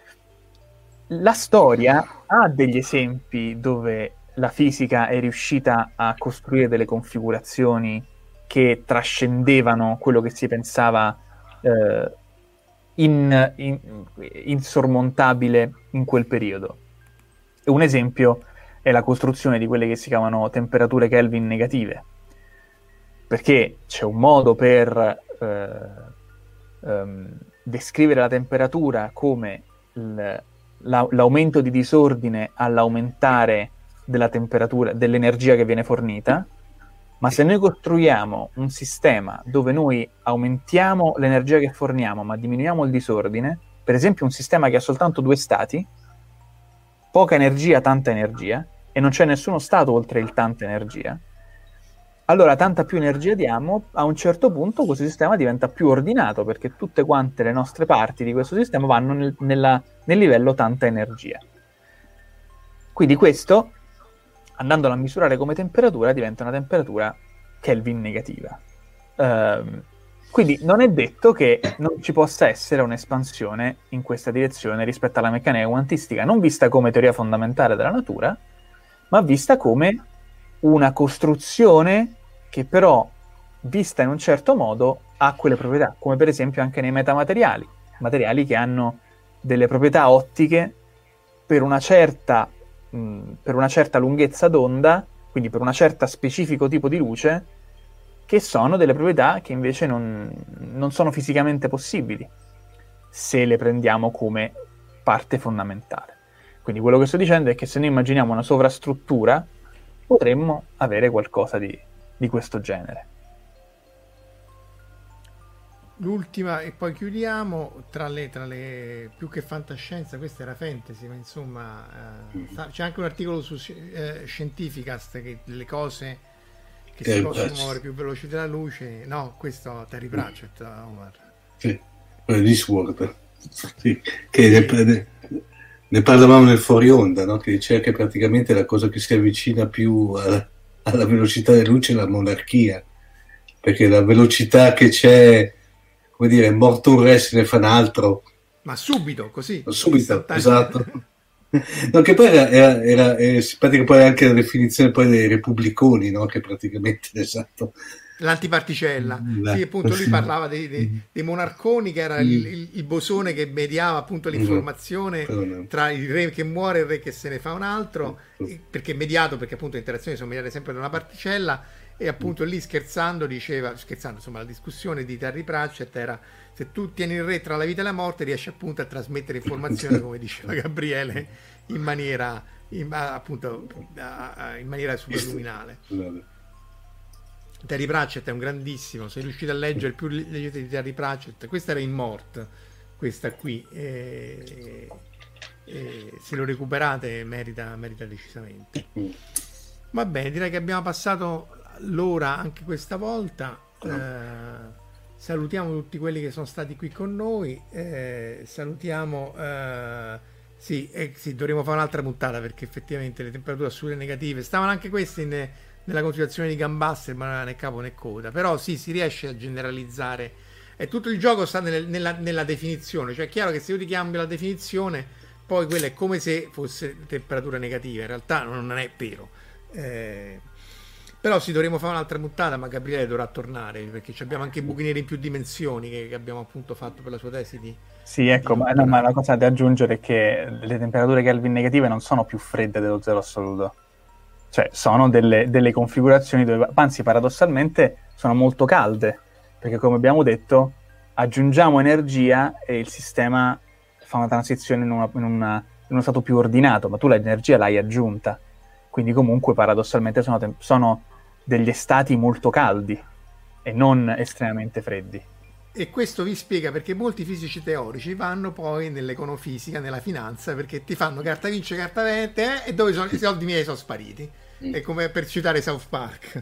La storia ha degli esempi dove la fisica è riuscita a costruire delle configurazioni che trascendevano quello che si pensava eh, in, in, insormontabile in quel periodo. E un esempio è la costruzione di quelle che si chiamano temperature Kelvin negative, perché c'è un modo per eh, um, descrivere la temperatura come l, la, l'aumento di disordine all'aumentare della temperatura, dell'energia che viene fornita, Ma sì. se noi costruiamo un sistema dove noi aumentiamo l'energia che forniamo ma diminuiamo il disordine, per esempio un sistema che ha soltanto due stati, poca energia, tanta energia, e non c'è nessuno stato oltre il tanta energia, allora tanta più energia diamo, a un certo punto questo sistema diventa più ordinato, perché tutte quante le nostre parti di questo sistema vanno nel, nella, nel livello tanta energia. Quindi questo, andandolo a misurare come temperatura, diventa una temperatura Kelvin negativa. Um, quindi non è detto che non ci possa essere un'espansione in questa direzione rispetto alla meccanica quantistica, non vista come teoria fondamentale della natura, ma vista come una costruzione che però, vista in un certo modo, ha quelle proprietà, come per esempio anche nei metamateriali, materiali che hanno delle proprietà ottiche per una certa, mh, per una certa lunghezza d'onda, quindi per un certo specifico tipo di luce, che sono delle proprietà che invece non, non sono fisicamente possibili, se le prendiamo come parte fondamentale. Quindi quello che sto dicendo è che se noi immaginiamo una sovrastruttura, potremmo avere qualcosa di, di questo genere. L'ultima, e poi chiudiamo, tra le, tra le più che fantascienza, questa era fantasy, ma insomma eh, c'è anche un articolo su eh, Scientificast, che le cose che Terry si possono Pratchett. muovere più veloci della luce, no, questo Terry Pratchett, Omar. Sì, Discworld, sì, che sì. Ne, ne parlavamo nel fuori onda, no? Che diceva che praticamente la cosa che si avvicina più alla, alla velocità della luce è la monarchia, perché la velocità che c'è, come dire, morto un re se ne fa un altro, ma subito, così subito, esatto. No, che poi era, era, era è simpatica poi anche la definizione poi dei repubbliconi, no? Che praticamente, esatto, l'antiparticella, la, sì, appunto lui parlava dei, dei, dei monarconi, che era il, il, il bosone che mediava appunto l'informazione no. tra il re che muore e il re che se ne fa un altro, perché è mediato, perché appunto le interazioni sono mediate sempre da una particella. E appunto lì scherzando diceva, scherzando insomma, la discussione di Terry Pratchett era: se tu tieni il re tra la vita e la morte, riesci appunto a trasmettere informazioni, come diceva Gabriele, in maniera in, appunto in maniera superluminale. Terry Pratchett è un grandissimo, se riuscite a leggere più leggete di Terry Pratchett, questa era in Mort, questa qui, e, e se lo recuperate merita, merita decisamente. Va bene, direi che abbiamo passato l'ora anche questa volta. Eh, salutiamo tutti quelli che sono stati qui con noi, eh, salutiamo eh, sì, eh, sì, dovremo fare un'altra puntata, perché effettivamente le temperature assurde negative stavano anche queste in, nella considerazione di Gambaster, ma non era né capo né coda, però sì, si riesce a generalizzare, e tutto il gioco sta nel, nella, nella definizione, cioè è chiaro che se io ti cambio la definizione, poi quella è come se fosse temperatura negativa, in realtà non è vero. Eh, però sì, dovremo fare un'altra puntata, ma Gabriele dovrà tornare, perché abbiamo anche i buchi neri in più dimensioni che, che abbiamo appunto fatto per la sua tesi di sì, ecco, ma, no, ma la cosa da aggiungere è che le temperature Kelvin negative non sono più fredde dello zero assoluto, cioè sono delle, delle configurazioni dove, anzi paradossalmente sono molto calde, perché come abbiamo detto aggiungiamo energia e il sistema fa una transizione in, una, in, una, in uno stato più ordinato, ma tu l'energia l'hai aggiunta, quindi comunque paradossalmente sono, te- sono degli stati molto caldi e non estremamente freddi. E questo vi spiega perché molti fisici teorici vanno poi nell'econofisica, nella finanza, perché ti fanno carta vince, carta vende, eh, e dove sono i soldi miei sono spariti. È come per citare South Park.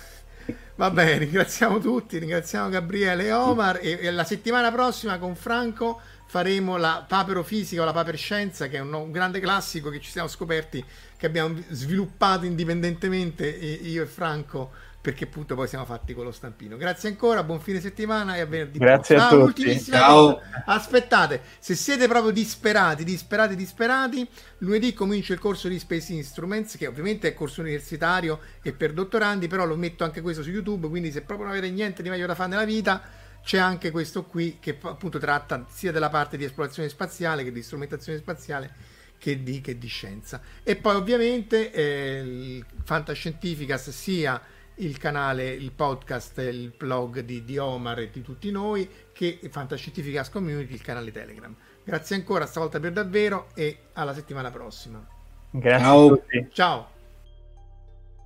Va bene, ringraziamo tutti, ringraziamo Gabriele e Omar, e, e la settimana prossima con Franco faremo la paperofisica o la paperscienza, che è un, un grande classico che ci siamo scoperti, che abbiamo sviluppato indipendentemente io e Franco, perché appunto poi siamo fatti con lo stampino. Grazie ancora, buon fine settimana e a venerdì. Grazie prossimo. a Ah, tutti. Ciao. Aspettate, se siete proprio disperati, disperati, disperati, lunedì comincia il corso di Space Instruments, che ovviamente è corso universitario e per dottorandi, però lo metto anche questo su YouTube, quindi se proprio non avete niente di meglio da fare nella vita, c'è anche questo qui che appunto tratta sia della parte di esplorazione spaziale che di strumentazione spaziale che di, che di scienza. E poi ovviamente eh, il Fantascientificast, sia il canale, il podcast, il blog di, di Omar e di tutti noi, che Fantascientificast Community, il canale Telegram. Grazie ancora, stavolta per davvero, e alla settimana prossima. Grazie Ciao. a tutti. Ciao.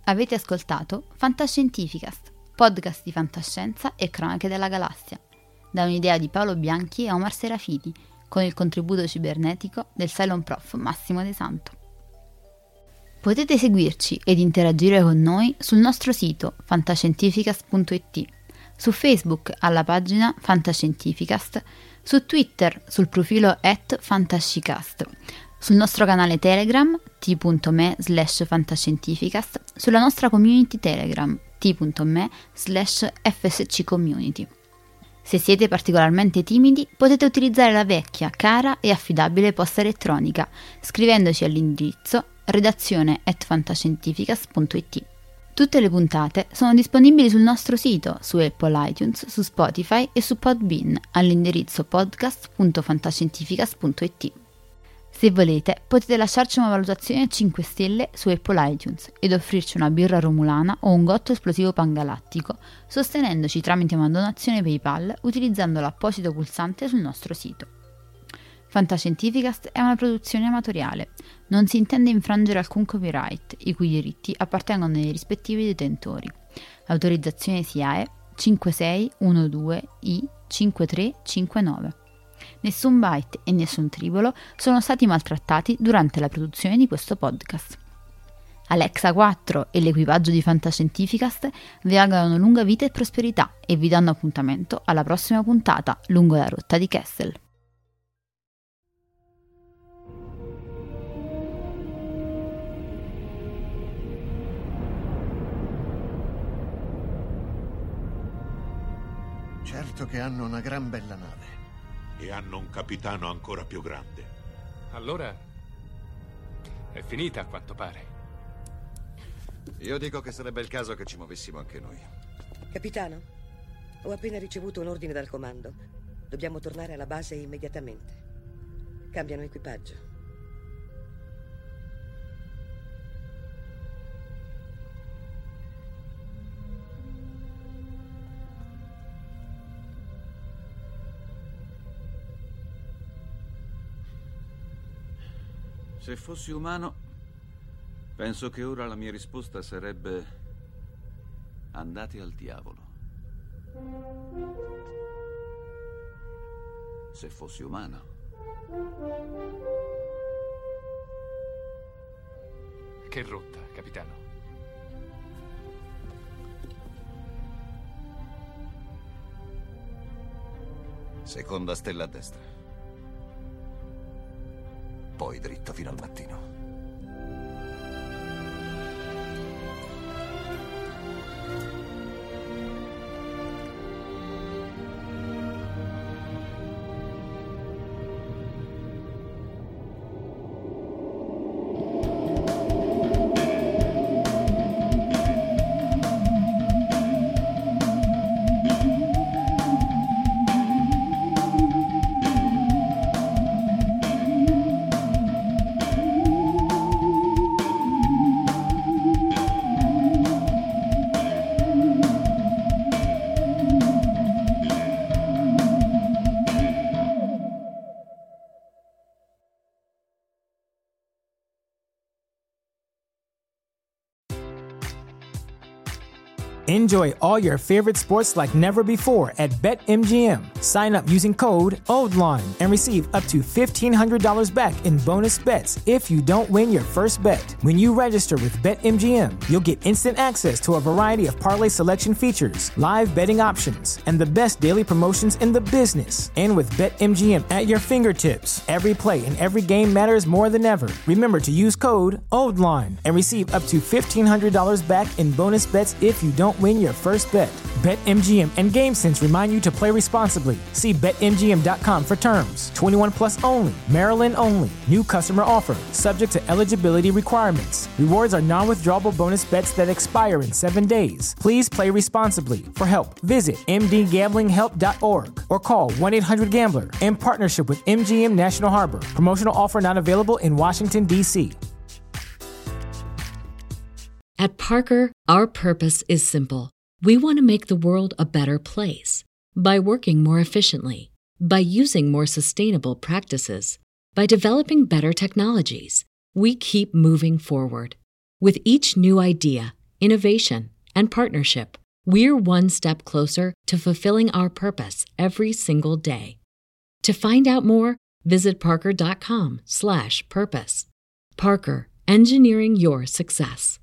Avete ascoltato Fantascientificast, podcast di fantascienza e cronache della galassia, da un'idea di Paolo Bianchi e Omar Serafiti, con il contributo cibernetico del Cylon Prof Massimo De Santo. Potete seguirci ed interagire con noi sul nostro sito fantascientificast punto it, su Facebook alla pagina Fantascientificast, su Twitter sul profilo at fantascicast, sul nostro canale Telegram t.me slash fantascientificast, sulla nostra community Telegram t.me slash fsccommunity. Se siete particolarmente timidi, potete utilizzare la vecchia, cara e affidabile posta elettronica, scrivendoci all'indirizzo redazione at fantascientificast punto it. Tutte le puntate sono disponibili sul nostro sito, su Apple iTunes, su Spotify e su Podbean, all'indirizzo podcast punto fantascientificast punto it. Se volete, potete lasciarci una valutazione a cinque stelle su Apple iTunes ed offrirci una birra romulana o un gotto esplosivo pangalattico, sostenendoci tramite una donazione PayPal utilizzando l'apposito pulsante sul nostro sito. Fantascientificast è una produzione amatoriale. Non si intende infrangere alcun copyright, i cui diritti appartengono ai rispettivi detentori. L'autorizzazione S I A E cinque sei uno due I cinque tre cinque nove. Nessun byte e nessun tribolo sono stati maltrattati durante la produzione di questo podcast. Alexa quattro e l'equipaggio di Fantascientificast vi augurano lunga vita e prosperità e vi danno appuntamento alla prossima puntata lungo la rotta di Kessel. Certo che hanno una gran bella nave. E hanno un capitano ancora più grande. Allora è finita a quanto pare. Io dico che sarebbe il caso che ci muovessimo anche noi. Capitano, ho appena ricevuto un ordine dal comando. Dobbiamo tornare alla base immediatamente. Cambiano equipaggio. Se fossi umano, penso che ora la mia risposta sarebbe: andate al diavolo. Se fossi umano. Che rotta, capitano? Seconda stella a destra. Poi dritto fino al mattino. Enjoy all your favorite sports like never before at BetMGM. Sign up using code OldLine and receive up to fifteen hundred dollars back in bonus bets if you don't win your first bet. When you register with BetMGM, you'll get instant access to a variety of parlay selection features, live betting options, and the best daily promotions in the business. And with BetMGM at your fingertips, every play and every game matters more than ever. Remember to use code OldLine and receive up to fifteen hundred dollars back in bonus bets if you don't win your first bet. BetMGM and GameSense remind you to play responsibly. See Bet M G M dot com for terms. twenty-one plus only. Maryland only. New customer offer. Subject to eligibility requirements. Rewards are non-withdrawable bonus bets that expire in seven days. Please play responsibly. For help, visit m d gambling help dot org or call one eight hundred gambler in partnership with M G M National Harbor. Promotional offer not available in Washington, D C At Parker, our purpose is simple. We want to make the world a better place. By working more efficiently, by using more sustainable practices, by developing better technologies, we keep moving forward. With each new idea, innovation, and partnership, we're one step closer to fulfilling our purpose every single day. To find out more, visit parker.com slash purpose. Parker, engineering your success.